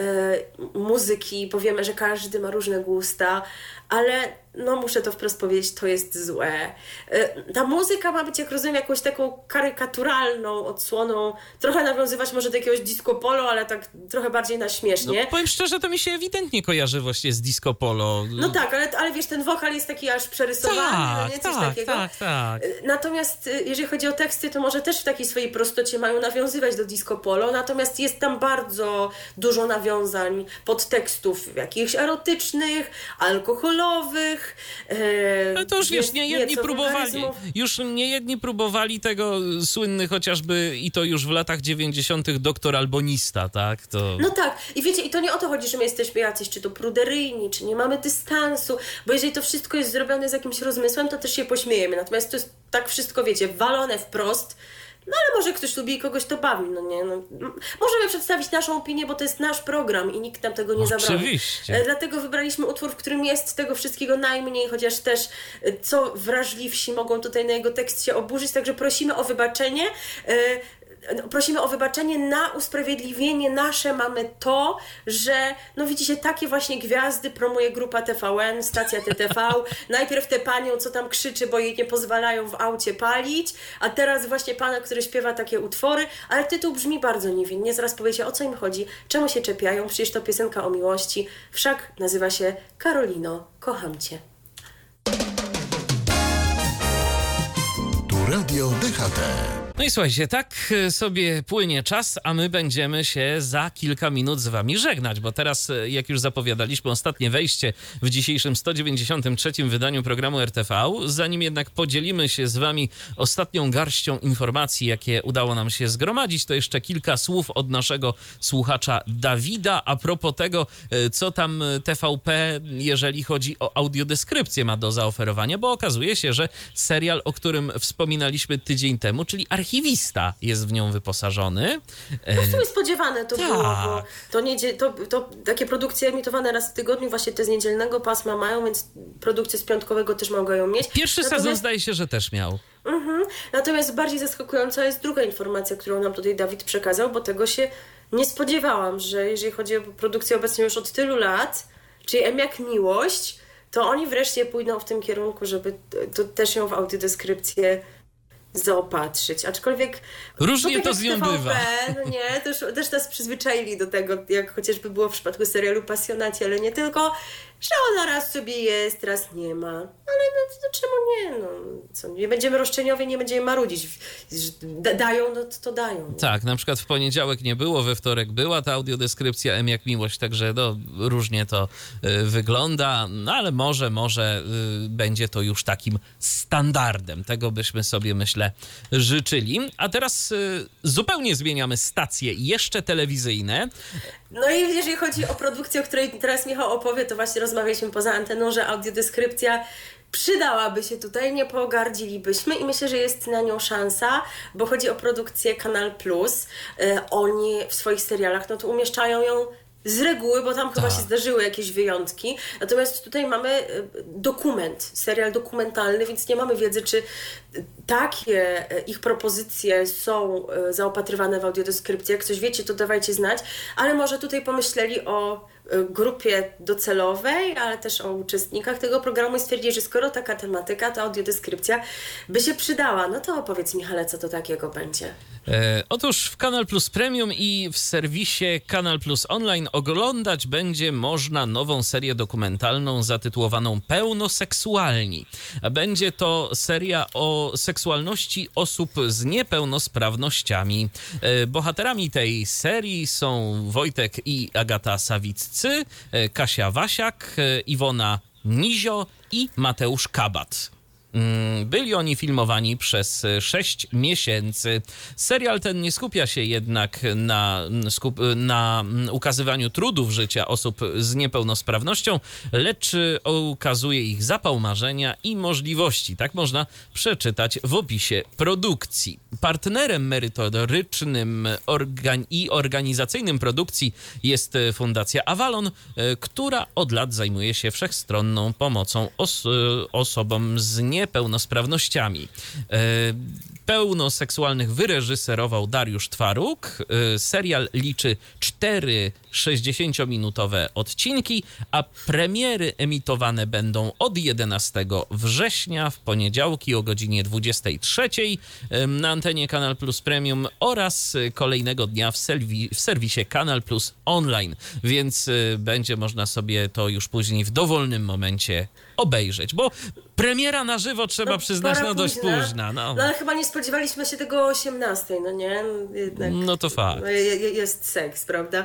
muzyki, bo wiemy, że każdy ma różne gusta, ale no muszę to wprost powiedzieć, to jest złe. Ta muzyka ma być, jak rozumiem, jakąś taką karykaturalną odsłoną, trochę nawiązywać może do jakiegoś disco polo, ale tak trochę bardziej na śmiesznie. No, powiem szczerze, to mi się ewidentnie kojarzy właśnie z disco polo. No tak, ale wiesz, ten wokal jest taki aż przerysowany, no nie? Coś takiego. Tak. Natomiast jeżeli chodzi o teksty, to może też w takiej swojej prostocie mają nawiązywać do disco polo, natomiast jest tam bardzo dużo nawiązań, podtekstów jakichś erotycznych, alkoholowych. Ale to już wiesz, nie jedni próbowali tego, słynny chociażby i to już w latach 90. Doktor Albonista, tak? To... No tak, i wiecie, i to nie o to chodzi, że my jesteśmy jacyś, czy to pruderyjni, czy nie mamy dystansu, bo jeżeli to wszystko jest zrobione z jakimś rozmysłem, to też się pośmiejemy, natomiast to jest tak wszystko, wiecie, walone wprost. No ale może ktoś lubi i kogoś to bawi, no nie? No, możemy przedstawić naszą opinię, bo to jest nasz program i nikt nam tego nie zabroni. Oczywiście. Dlatego wybraliśmy utwór, w którym jest tego wszystkiego najmniej, chociaż też co wrażliwsi mogą tutaj na jego tekst się oburzyć, także prosimy o wybaczenie. Prosimy o wybaczenie, na usprawiedliwienie nasze mamy to, że no widzicie, takie właśnie gwiazdy promuje grupa TVN, stacja TTV. Najpierw tę panią, co tam krzyczy, bo jej nie pozwalają w aucie palić, a teraz właśnie pana, który śpiewa takie utwory, ale tytuł brzmi bardzo niewinnie. Zaraz powiecie, o co im chodzi, czemu się czepiają, przecież to piosenka o miłości, wszak nazywa się Karolino, kocham cię. Tu Radio DHT. No i słuchajcie, tak sobie płynie czas, a my będziemy się za kilka minut z wami żegnać, bo teraz, jak już zapowiadaliśmy, ostatnie wejście w dzisiejszym 193. wydaniu programu RTV. Zanim jednak podzielimy się z wami ostatnią garścią informacji, jakie udało nam się zgromadzić, to jeszcze kilka słów od naszego słuchacza Dawida a propos tego, co tam TVP, jeżeli chodzi o audiodeskrypcję, ma do zaoferowania, bo okazuje się, że serial, o którym wspominaliśmy tydzień temu, czyli Archiwista, jest w nią wyposażony. No w sumie spodziewane to tak. było, bo to takie produkcje emitowane raz w tygodniu, właśnie te z niedzielnego pasma mają, więc produkcje z piątkowego też mogą mieć. Pierwszy sezon zdaje się, że też miał. Natomiast bardziej zaskakująca jest druga informacja, którą nam tutaj Dawid przekazał, bo tego się nie spodziewałam, że jeżeli chodzi o produkcję obecnie już od tylu lat, czyli M jak miłość, to oni wreszcie pójdą w tym kierunku, żeby to też ją w audiodeskrypcję zaopatrzyć, aczkolwiek różnie to z nią TVP, bywa. No nie, też nas przyzwyczaili do tego, jak chociażby było w przypadku serialu Pasjonaci, ale nie tylko, że ona raz sobie jest, raz nie ma. Ale no czemu nie? No, co, nie będziemy roszczeniowi, nie będziemy marudzić. Dają, no to dają. Tak, na przykład w poniedziałek nie było, we wtorek była ta audiodeskrypcja M jak miłość, także no, różnie to wygląda, no ale może będzie to już takim standardem. Tego byśmy sobie, myślę, życzyli. A teraz zupełnie zmieniamy stacje jeszcze telewizyjne. No i jeżeli chodzi o produkcję, o której teraz Michał opowie, to właśnie rozmawialiśmy poza anteną, że audiodeskrypcja przydałaby się tutaj, nie pogardzilibyśmy i myślę, że jest na nią szansa, bo chodzi o produkcję Kanal Plus. Oni w swoich serialach no to umieszczają ją z reguły, bo tam chyba się zdarzyły jakieś wyjątki. Natomiast tutaj mamy dokument, serial dokumentalny, więc nie mamy wiedzy, czy takie ich propozycje są zaopatrywane w audiodeskrypcję. Jak coś wiecie, to dawajcie znać. Ale może tutaj pomyśleli o grupie docelowej, ale też o uczestnikach tego programu i stwierdzili, że skoro taka tematyka, to audiodeskrypcja by się przydała. No to opowiedz, Michale, co to takiego będzie? Otóż w Kanal Plus Premium i w serwisie Kanal Plus Online oglądać będzie można nową serię dokumentalną zatytułowaną Pełnoseksualni. Będzie to seria o seksualności osób z niepełnosprawnościami. Bohaterami tej serii są Wojtek i Agata Sawiccy, Kasia Wasiak, Iwona Nizio i Mateusz Kabat. Byli oni filmowani przez 6 miesięcy. Serial ten nie skupia się jednak na ukazywaniu trudów życia osób z niepełnosprawnością, lecz ukazuje ich zapał marzenia i możliwości. Tak można przeczytać w opisie produkcji. Partnerem merytorycznym i organizacyjnym produkcji jest Fundacja Avalon, która od lat zajmuje się wszechstronną pomocą osobom z niepełnosprawnościami. Pełnoseksualnych wyreżyserował Dariusz Twaruk. Serial liczy 4 60-minutowe odcinki, a premiery emitowane będą od 11 września w poniedziałki o godzinie 23 na antenie Kanal Plus Premium oraz kolejnego dnia w serwisie Kanal Plus Online, więc będzie można sobie to już później w dowolnym momencie obejrzeć, bo premiera na żywo, trzeba przyznać, dość późna. No ale chyba nie spodziewaliśmy się tego o 18, no nie? Jednak no to fakt. Jest seks, prawda?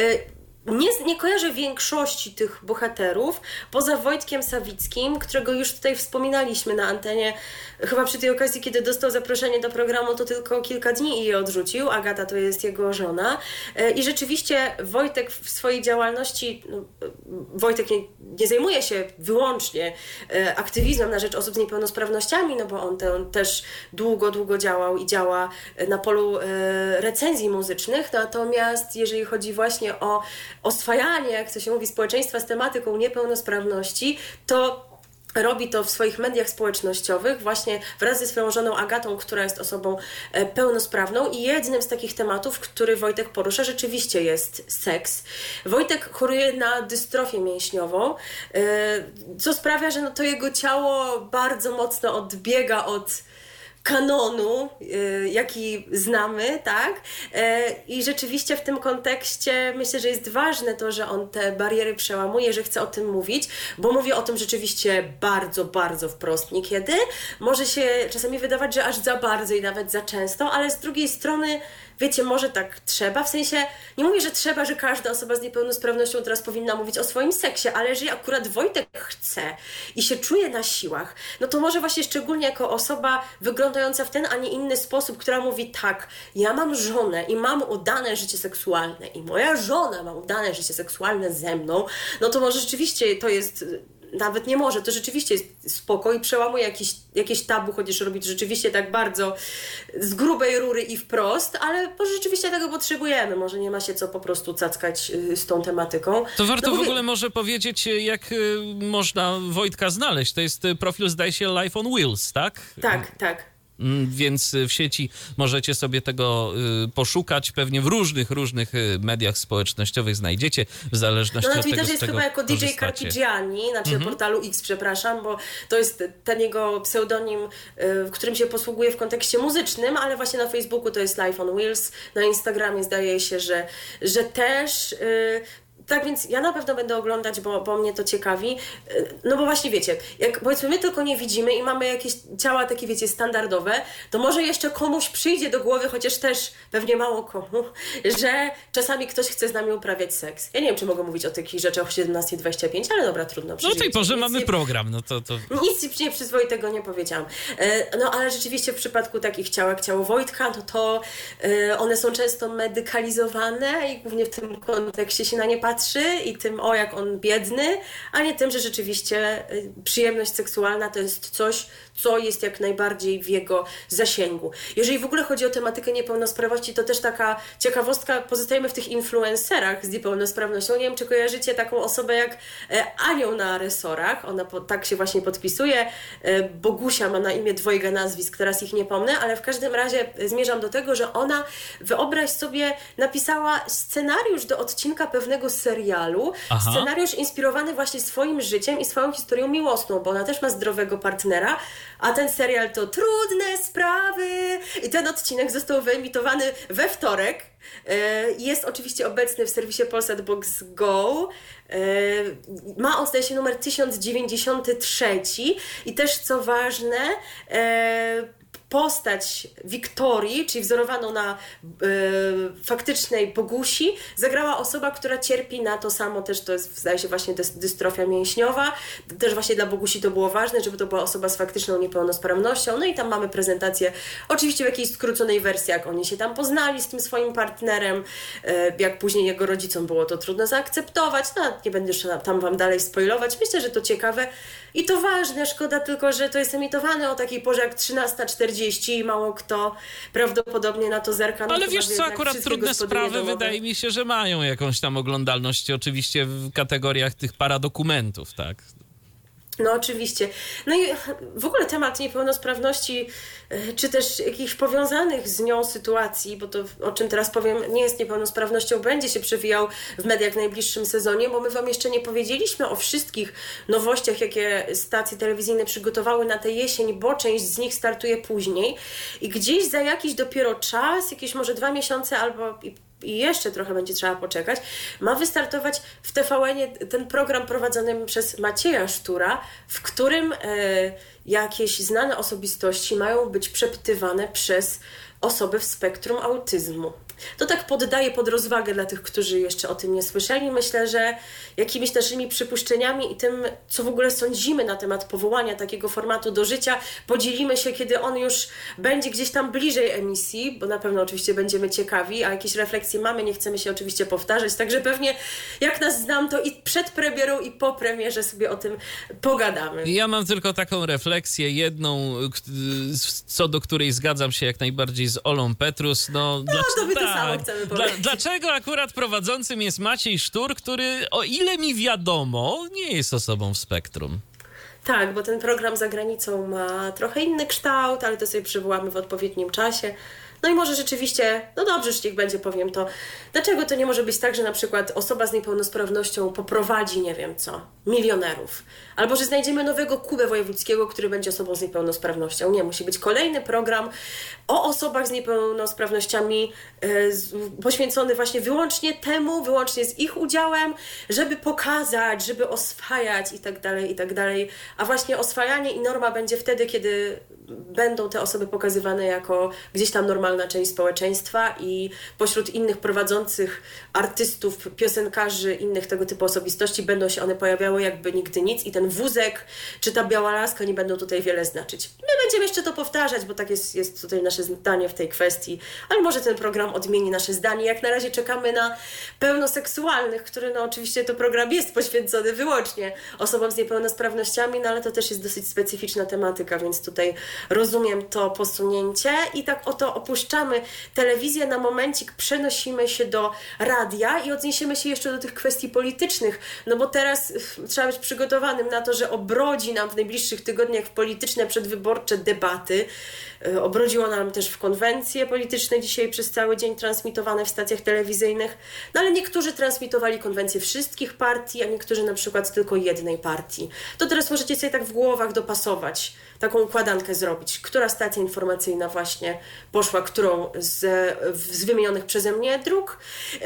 Nie kojarzę większości tych bohaterów, poza Wojtkiem Sawickim, którego już tutaj wspominaliśmy na antenie, chyba przy tej okazji, kiedy dostał zaproszenie do programu, to tylko kilka dni i je odrzucił. Agata to jest jego żona. I rzeczywiście Wojtek w swojej działalności, Wojtek nie zajmuje się wyłącznie aktywizmem na rzecz osób z niepełnosprawnościami, no bo on też długo działał i działa na polu recenzji muzycznych, natomiast jeżeli chodzi właśnie o oswajanie, jak to się mówi, społeczeństwa z tematyką niepełnosprawności, to robi to w swoich mediach społecznościowych właśnie wraz ze swoją żoną Agatą, która jest osobą pełnosprawną i jednym z takich tematów, który Wojtek porusza, rzeczywiście jest seks. Wojtek choruje na dystrofię mięśniową, co sprawia, że to jego ciało bardzo mocno odbiega od kanonu, jaki znamy, tak? I rzeczywiście w tym kontekście myślę, że jest ważne to, że on te bariery przełamuje, że chce o tym mówić, bo mówi o tym rzeczywiście bardzo wprost niekiedy. Może się czasami wydawać, że aż za bardzo i nawet za często, ale z drugiej strony wiecie, może tak trzeba, w sensie, nie mówię, że trzeba, że każda osoba z niepełnosprawnością teraz powinna mówić o swoim seksie, ale jeżeli akurat Wojtek chce i się czuje na siłach, no to może właśnie szczególnie jako osoba wyglądająca w ten, a nie inny sposób, która mówi tak, ja mam żonę i mam udane życie seksualne i moja żona ma udane życie seksualne ze mną, no to może rzeczywiście to jest... Nawet nie może, to rzeczywiście jest spoko i przełamuje jakieś tabu, chociaż robi to rzeczywiście tak bardzo z grubej rury i wprost, ale może rzeczywiście tego potrzebujemy, może nie ma się co po prostu cackać z tą tematyką. To warto w ogóle może powiedzieć, jak można Wojtka znaleźć. To jest profil, zdaje się, Life on Wheels, tak? Tak. Więc w sieci możecie sobie tego poszukać. Pewnie w różnych mediach społecznościowych znajdziecie, w zależności od tego, z czego jest chyba jako DJ Carpigiani, na portalu X, przepraszam, bo to jest ten jego pseudonim, którym się posługuje w kontekście muzycznym, ale właśnie na Facebooku to jest Life on Wheels, na Instagramie zdaje się, że też... Tak więc ja na pewno będę oglądać, bo mnie to ciekawi. No bo właśnie wiecie, jak powiedzmy my tylko nie widzimy i mamy jakieś ciała takie, wiecie, standardowe, to może jeszcze komuś przyjdzie do głowy, chociaż też pewnie mało komu, że czasami ktoś chce z nami uprawiać seks. Ja nie wiem, czy mogę mówić o takich rzeczach o 17:25, ale dobra, trudno. No o tej porze mamy program, no to... Nic nieprzyzwoitego nie powiedziałam. No ale rzeczywiście w przypadku takich ciał jak ciało Wojtka, no to one są często medykalizowane i głównie w tym kontekście się na nie patrzy i tym, jak on biedny, a nie tym, że rzeczywiście przyjemność seksualna to jest coś, co jest jak najbardziej w jego zasięgu. Jeżeli w ogóle chodzi o tematykę niepełnosprawności, to też taka ciekawostka, pozostajemy w tych influencerach z niepełnosprawnością. Nie wiem, czy kojarzycie taką osobę jak Anioł na resorach. Ona tak się właśnie podpisuje. Bogusia ma na imię dwojga nazwisk, teraz ich nie pomnę, ale w każdym razie zmierzam do tego, że ona, wyobraź sobie, napisała scenariusz do odcinka pewnego serialu. Aha. Scenariusz inspirowany właśnie swoim życiem i swoją historią miłosną, bo ona też ma zdrowego partnera, a ten serial to Trudne sprawy. I ten odcinek został wyemitowany we wtorek. Jest oczywiście obecny w serwisie Polsat Box Go. Ma on, zdaje się, numer 1093 i też co ważne, postać Wiktorii, czyli wzorowaną na faktycznej Bogusi, zagrała osoba, która cierpi na to samo, też to jest, zdaje się, właśnie dystrofia mięśniowa. Też właśnie dla Bogusi to było ważne, żeby to była osoba z faktyczną niepełnosprawnością. No i tam mamy prezentację, oczywiście w jakiejś skróconej wersji, jak oni się tam poznali z tym swoim partnerem, jak później jego rodzicom było to trudno zaakceptować. No, nie będę już tam wam dalej spoilować. Myślę, że to ciekawe i to ważne. Szkoda tylko, że to jest emitowane o takiej porze jak 13:40 i mało kto prawdopodobnie na to zerka. No ale to wiesz co, akurat Trudne sprawy domowe. wydaje mi się, że mają jakąś tam oglądalność, oczywiście w kategoriach tych paradokumentów, tak? No oczywiście. No i w ogóle temat niepełnosprawności, czy też jakichś powiązanych z nią sytuacji, bo to, o czym teraz powiem, nie jest niepełnosprawnością, będzie się przewijał w mediach w najbliższym sezonie, bo my wam jeszcze nie powiedzieliśmy o wszystkich nowościach, jakie stacje telewizyjne przygotowały na tę jesień, bo część z nich startuje później i gdzieś za jakiś dopiero czas, jakieś może 2 miesiące albo i jeszcze trochę będzie trzeba poczekać, ma wystartować w TVN-ie ten program prowadzony przez Macieja Sztura, w którym jakieś znane osobistości mają być przepytywane przez osoby w spektrum autyzmu. To tak poddaję pod rozwagę dla tych, którzy jeszcze o tym nie słyszeli. Myślę, że jakimiś naszymi przypuszczeniami i tym, co w ogóle sądzimy na temat powołania takiego formatu do życia, podzielimy się, kiedy on już będzie gdzieś tam bliżej emisji, bo na pewno oczywiście będziemy ciekawi, a jakieś refleksje mamy, nie chcemy się oczywiście powtarzać, także pewnie jak nas znam, to i przed premierą, i po premierze sobie o tym pogadamy. Ja mam tylko taką refleksję, jedną, co do której zgadzam się jak najbardziej z Olą Petrus. No to my to samo chcemy powiedzieć. Dlaczego akurat prowadzącym jest Maciej Sztur, który, o ile mi wiadomo, nie jest osobą w spektrum? Tak, bo ten program za granicą ma trochę inny kształt, ale to sobie przywołamy w odpowiednim czasie. No i może rzeczywiście, no dobrze, już niech będzie, powiem to. Dlaczego to nie może być tak, że na przykład osoba z niepełnosprawnością poprowadzi, nie wiem co, milionerów? Albo że znajdziemy nowego Kubę Wojewódzkiego, który będzie osobą z niepełnosprawnością. Nie, musi być kolejny program o osobach z niepełnosprawnościami poświęcony właśnie wyłącznie temu, wyłącznie z ich udziałem, żeby pokazać, żeby oswajać i tak dalej, i tak dalej. A właśnie oswajanie i norma będzie wtedy, kiedy będą te osoby pokazywane jako gdzieś tam normalna część społeczeństwa i pośród innych prowadzących artystów, piosenkarzy, innych tego typu osobistości będą się one pojawiały jakby nigdy nic i ten wózek czy ta biała laska nie będą tutaj wiele znaczyć. My będziemy jeszcze to powtarzać, bo tak jest tutaj nasze zdanie w tej kwestii, ale może ten program odmieni nasze zdanie. Jak na razie czekamy na pełnoseksualnych, który no oczywiście to program jest poświęcony wyłącznie osobom z niepełnosprawnościami, no ale to też jest dosyć specyficzna tematyka, więc tutaj rozumiem to posunięcie i tak oto opuszczamy telewizję na momencik, przenosimy się do radia i odniesiemy się jeszcze do tych kwestii politycznych, no bo teraz trzeba być przygotowanym na to, że obrodzi nam w najbliższych tygodniach polityczne przedwyborcze debaty. Obrodziło nam też w konwencje polityczne dzisiaj przez cały dzień transmitowane w stacjach telewizyjnych, no ale niektórzy transmitowali konwencje wszystkich partii, a niektórzy na przykład tylko jednej partii. To teraz możecie sobie tak w głowach dopasować, taką układankę zrobić, która stacja informacyjna właśnie poszła, którą z wymienionych przeze mnie dróg.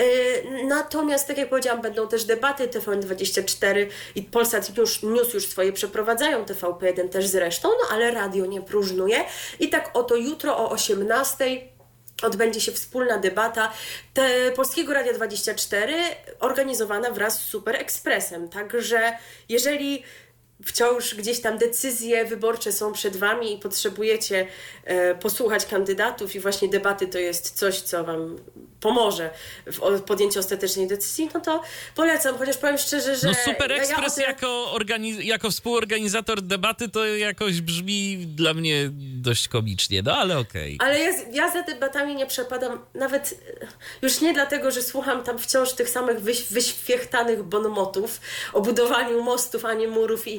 Natomiast, tak jak powiedziałam, będą też debaty, TVN24 i Polsat News już swoje przeprowadzają, TVP1 też zresztą, no ale radio nie próżnuje. I tak oto jutro o 18:00 odbędzie się wspólna debata Polskiego Radia 24 organizowana wraz z Super Expressem. Także jeżeli wciąż gdzieś tam decyzje wyborcze są przed wami i potrzebujecie posłuchać kandydatów i właśnie debaty to jest coś, co wam pomoże w podjęciu ostatecznej decyzji, no to polecam, chociaż powiem szczerze, że... No Super Express jako współorganizator debaty to jakoś brzmi dla mnie dość komicznie, no ale okej. Ale ja za debatami nie przepadam, nawet już nie dlatego, że słucham tam wciąż tych samych wyświechtanych bonmotów o budowaniu mostów, a nie murów i innych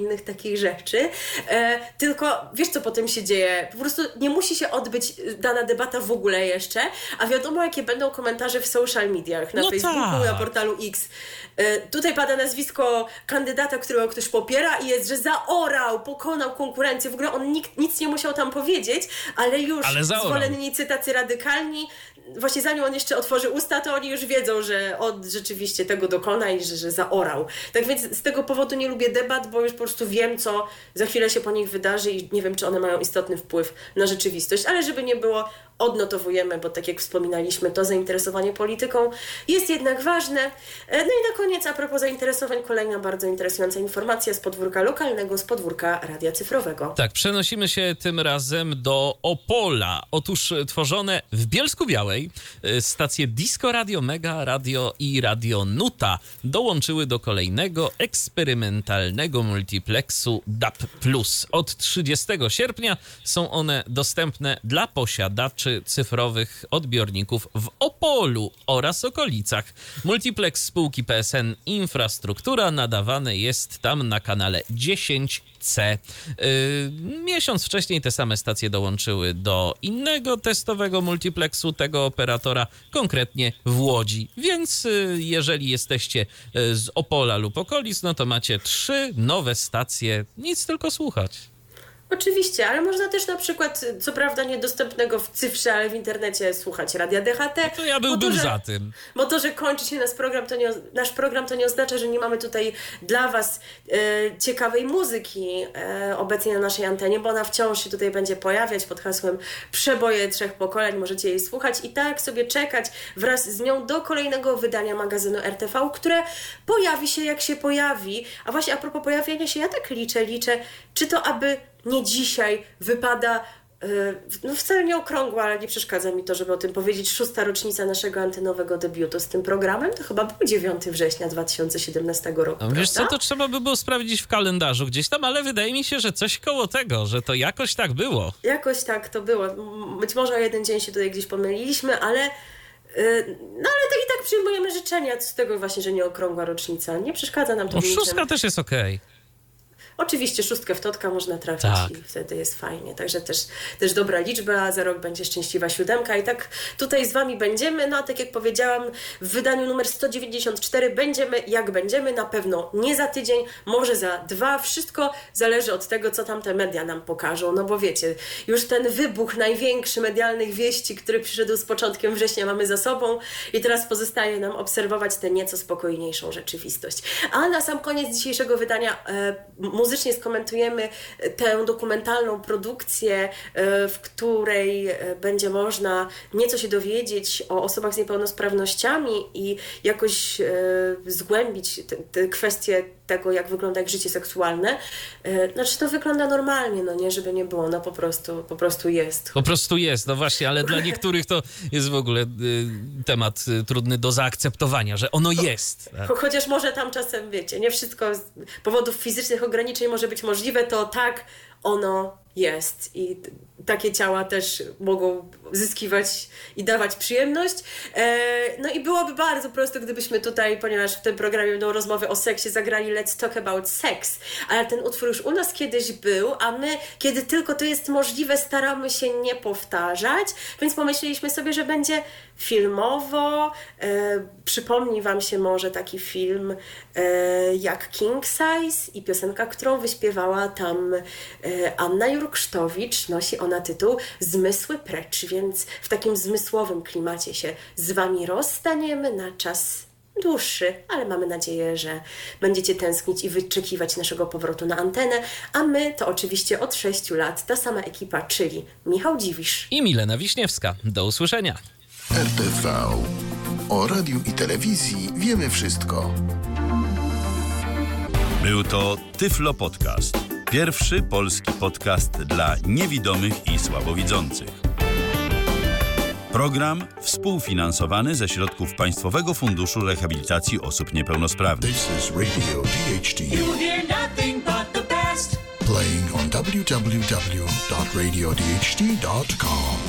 innych takich rzeczy. Tylko wiesz, co potem się dzieje? Po prostu nie musi się odbyć dana debata w ogóle jeszcze, a wiadomo, jakie będą komentarze w social mediach, na Facebooku, na portalu X. Tutaj pada nazwisko kandydata, którego ktoś popiera i jest, że zaorał, pokonał konkurencję. W ogóle on nic nie musiał tam powiedzieć, ale już zwolennicy tacy radykalni, właśnie zanim on jeszcze otworzy usta, to oni już wiedzą, że on rzeczywiście tego dokona i że zaorał. Tak więc z tego powodu nie lubię debat, bo już po prostu wiem, co za chwilę się po nich wydarzy i nie wiem, czy one mają istotny wpływ na rzeczywistość. Ale żeby nie było, odnotowujemy, bo tak jak wspominaliśmy, to zainteresowanie polityką jest jednak ważne. No i na koniec, a propos zainteresowań, kolejna bardzo interesująca informacja z podwórka lokalnego, z podwórka Radia Cyfrowego. Tak, przenosimy się tym razem do Opola. Otóż tworzone w Bielsku-Białej stacje Disco Radio, Mega Radio i Radio Nuta dołączyły do kolejnego eksperymentalnego multiplexu DAB+. Od 30 sierpnia są one dostępne dla posiadaczy cyfrowych odbiorników w Opolu oraz okolicach. Multiplex spółki PSN Infrastruktura nadawany jest tam na kanale 10C. Miesiąc wcześniej te same stacje dołączyły do innego testowego multiplexu tego operatora, konkretnie w Łodzi. Więc jeżeli jesteście z Opola lub okolic, no to macie 3 nowe stacje, nic tylko słuchać. Oczywiście, ale można też na przykład, co prawda niedostępnego w cyfrze, ale w internecie słuchać Radia DHT. No to ja byłbym za tym. Bo to, że kończy się nasz program, to nie oznacza, że nie mamy tutaj dla Was ciekawej muzyki obecnie na naszej antenie, bo ona wciąż się tutaj będzie pojawiać pod hasłem Przeboje 3 pokoleń. Możecie jej słuchać i tak sobie czekać wraz z nią do kolejnego wydania magazynu RTV, które pojawi się jak się pojawi. A właśnie a propos pojawienia się, ja tak liczę, czy to aby nie dzisiaj wypada, no wcale nie okrągła, ale nie przeszkadza mi to, żeby o tym powiedzieć, 6. rocznica naszego antenowego debiutu z tym programem. To chyba był 9 września 2017 roku. No, wiesz co, to trzeba by było sprawdzić w kalendarzu gdzieś tam, ale wydaje mi się, że coś koło tego, że to jakoś tak było. Jakoś tak to było. Być może o jeden dzień się tutaj gdzieś pomyliliśmy, ale no ale to i tak przyjmujemy życzenia z tego właśnie, że nie okrągła rocznica. Nie przeszkadza nam to. No 6 też jest okej. Oczywiście 6 w Totka można trafić tak. I wtedy jest fajnie. Także też dobra liczba, a za rok będzie szczęśliwa 7. I tak tutaj z Wami będziemy. No a tak jak powiedziałam, w wydaniu numer 194 będziemy jak będziemy. Na pewno nie za tydzień, może za 2. Wszystko zależy od tego, co tam te media nam pokażą. No bo wiecie, już ten wybuch największy medialnych wieści, który przyszedł z początkiem września, mamy za sobą. I teraz pozostaje nam obserwować tę nieco spokojniejszą rzeczywistość. A na sam koniec dzisiejszego wydania muzycznie skomentujemy tę dokumentalną produkcję, w której będzie można nieco się dowiedzieć o osobach z niepełnosprawnościami i jakoś zgłębić te kwestie tego, jak wygląda ich życie seksualne. Znaczy to wygląda normalnie, no nie, żeby nie było, no po prostu jest. Po prostu jest, no właśnie, ale dla niektórych to jest w ogóle temat trudny do zaakceptowania, że ono jest. Tak? Chociaż może tam czasem, wiecie, nie wszystko z powodów fizycznych ograniczeń może być możliwe, to tak ono jest i takie ciała też mogą zyskiwać i dawać przyjemność. No i byłoby bardzo prosto, gdybyśmy tutaj, ponieważ w tym programie będą rozmowy o seksie, zagrali Let's Talk About Sex, ale ten utwór już u nas kiedyś był, a my, kiedy tylko to jest możliwe, staramy się nie powtarzać, więc pomyśleliśmy sobie, że będzie filmowo. Przypomni Wam się może taki film jak King Size i piosenka, którą wyśpiewała tam Anna Jurksztowicz. Nosi ona tytuł Zmysły precz, więc w takim zmysłowym klimacie się z Wami rozstaniemy na czas dłuższy, ale mamy nadzieję, że będziecie tęsknić i wyczekiwać naszego powrotu na antenę, a my to oczywiście od 6 lat ta sama ekipa, czyli Michał Dziwisz i Milena Wiśniewska. Do usłyszenia. RTV. O radiu i telewizji wiemy wszystko. Był to Tyflo Podcast. Pierwszy polski podcast dla niewidomych i słabowidzących. Program współfinansowany ze środków Państwowego Funduszu Rehabilitacji Osób Niepełnosprawnych. This is Radio DHT. You hear nothing but the best. Playing on www.radiodht.com.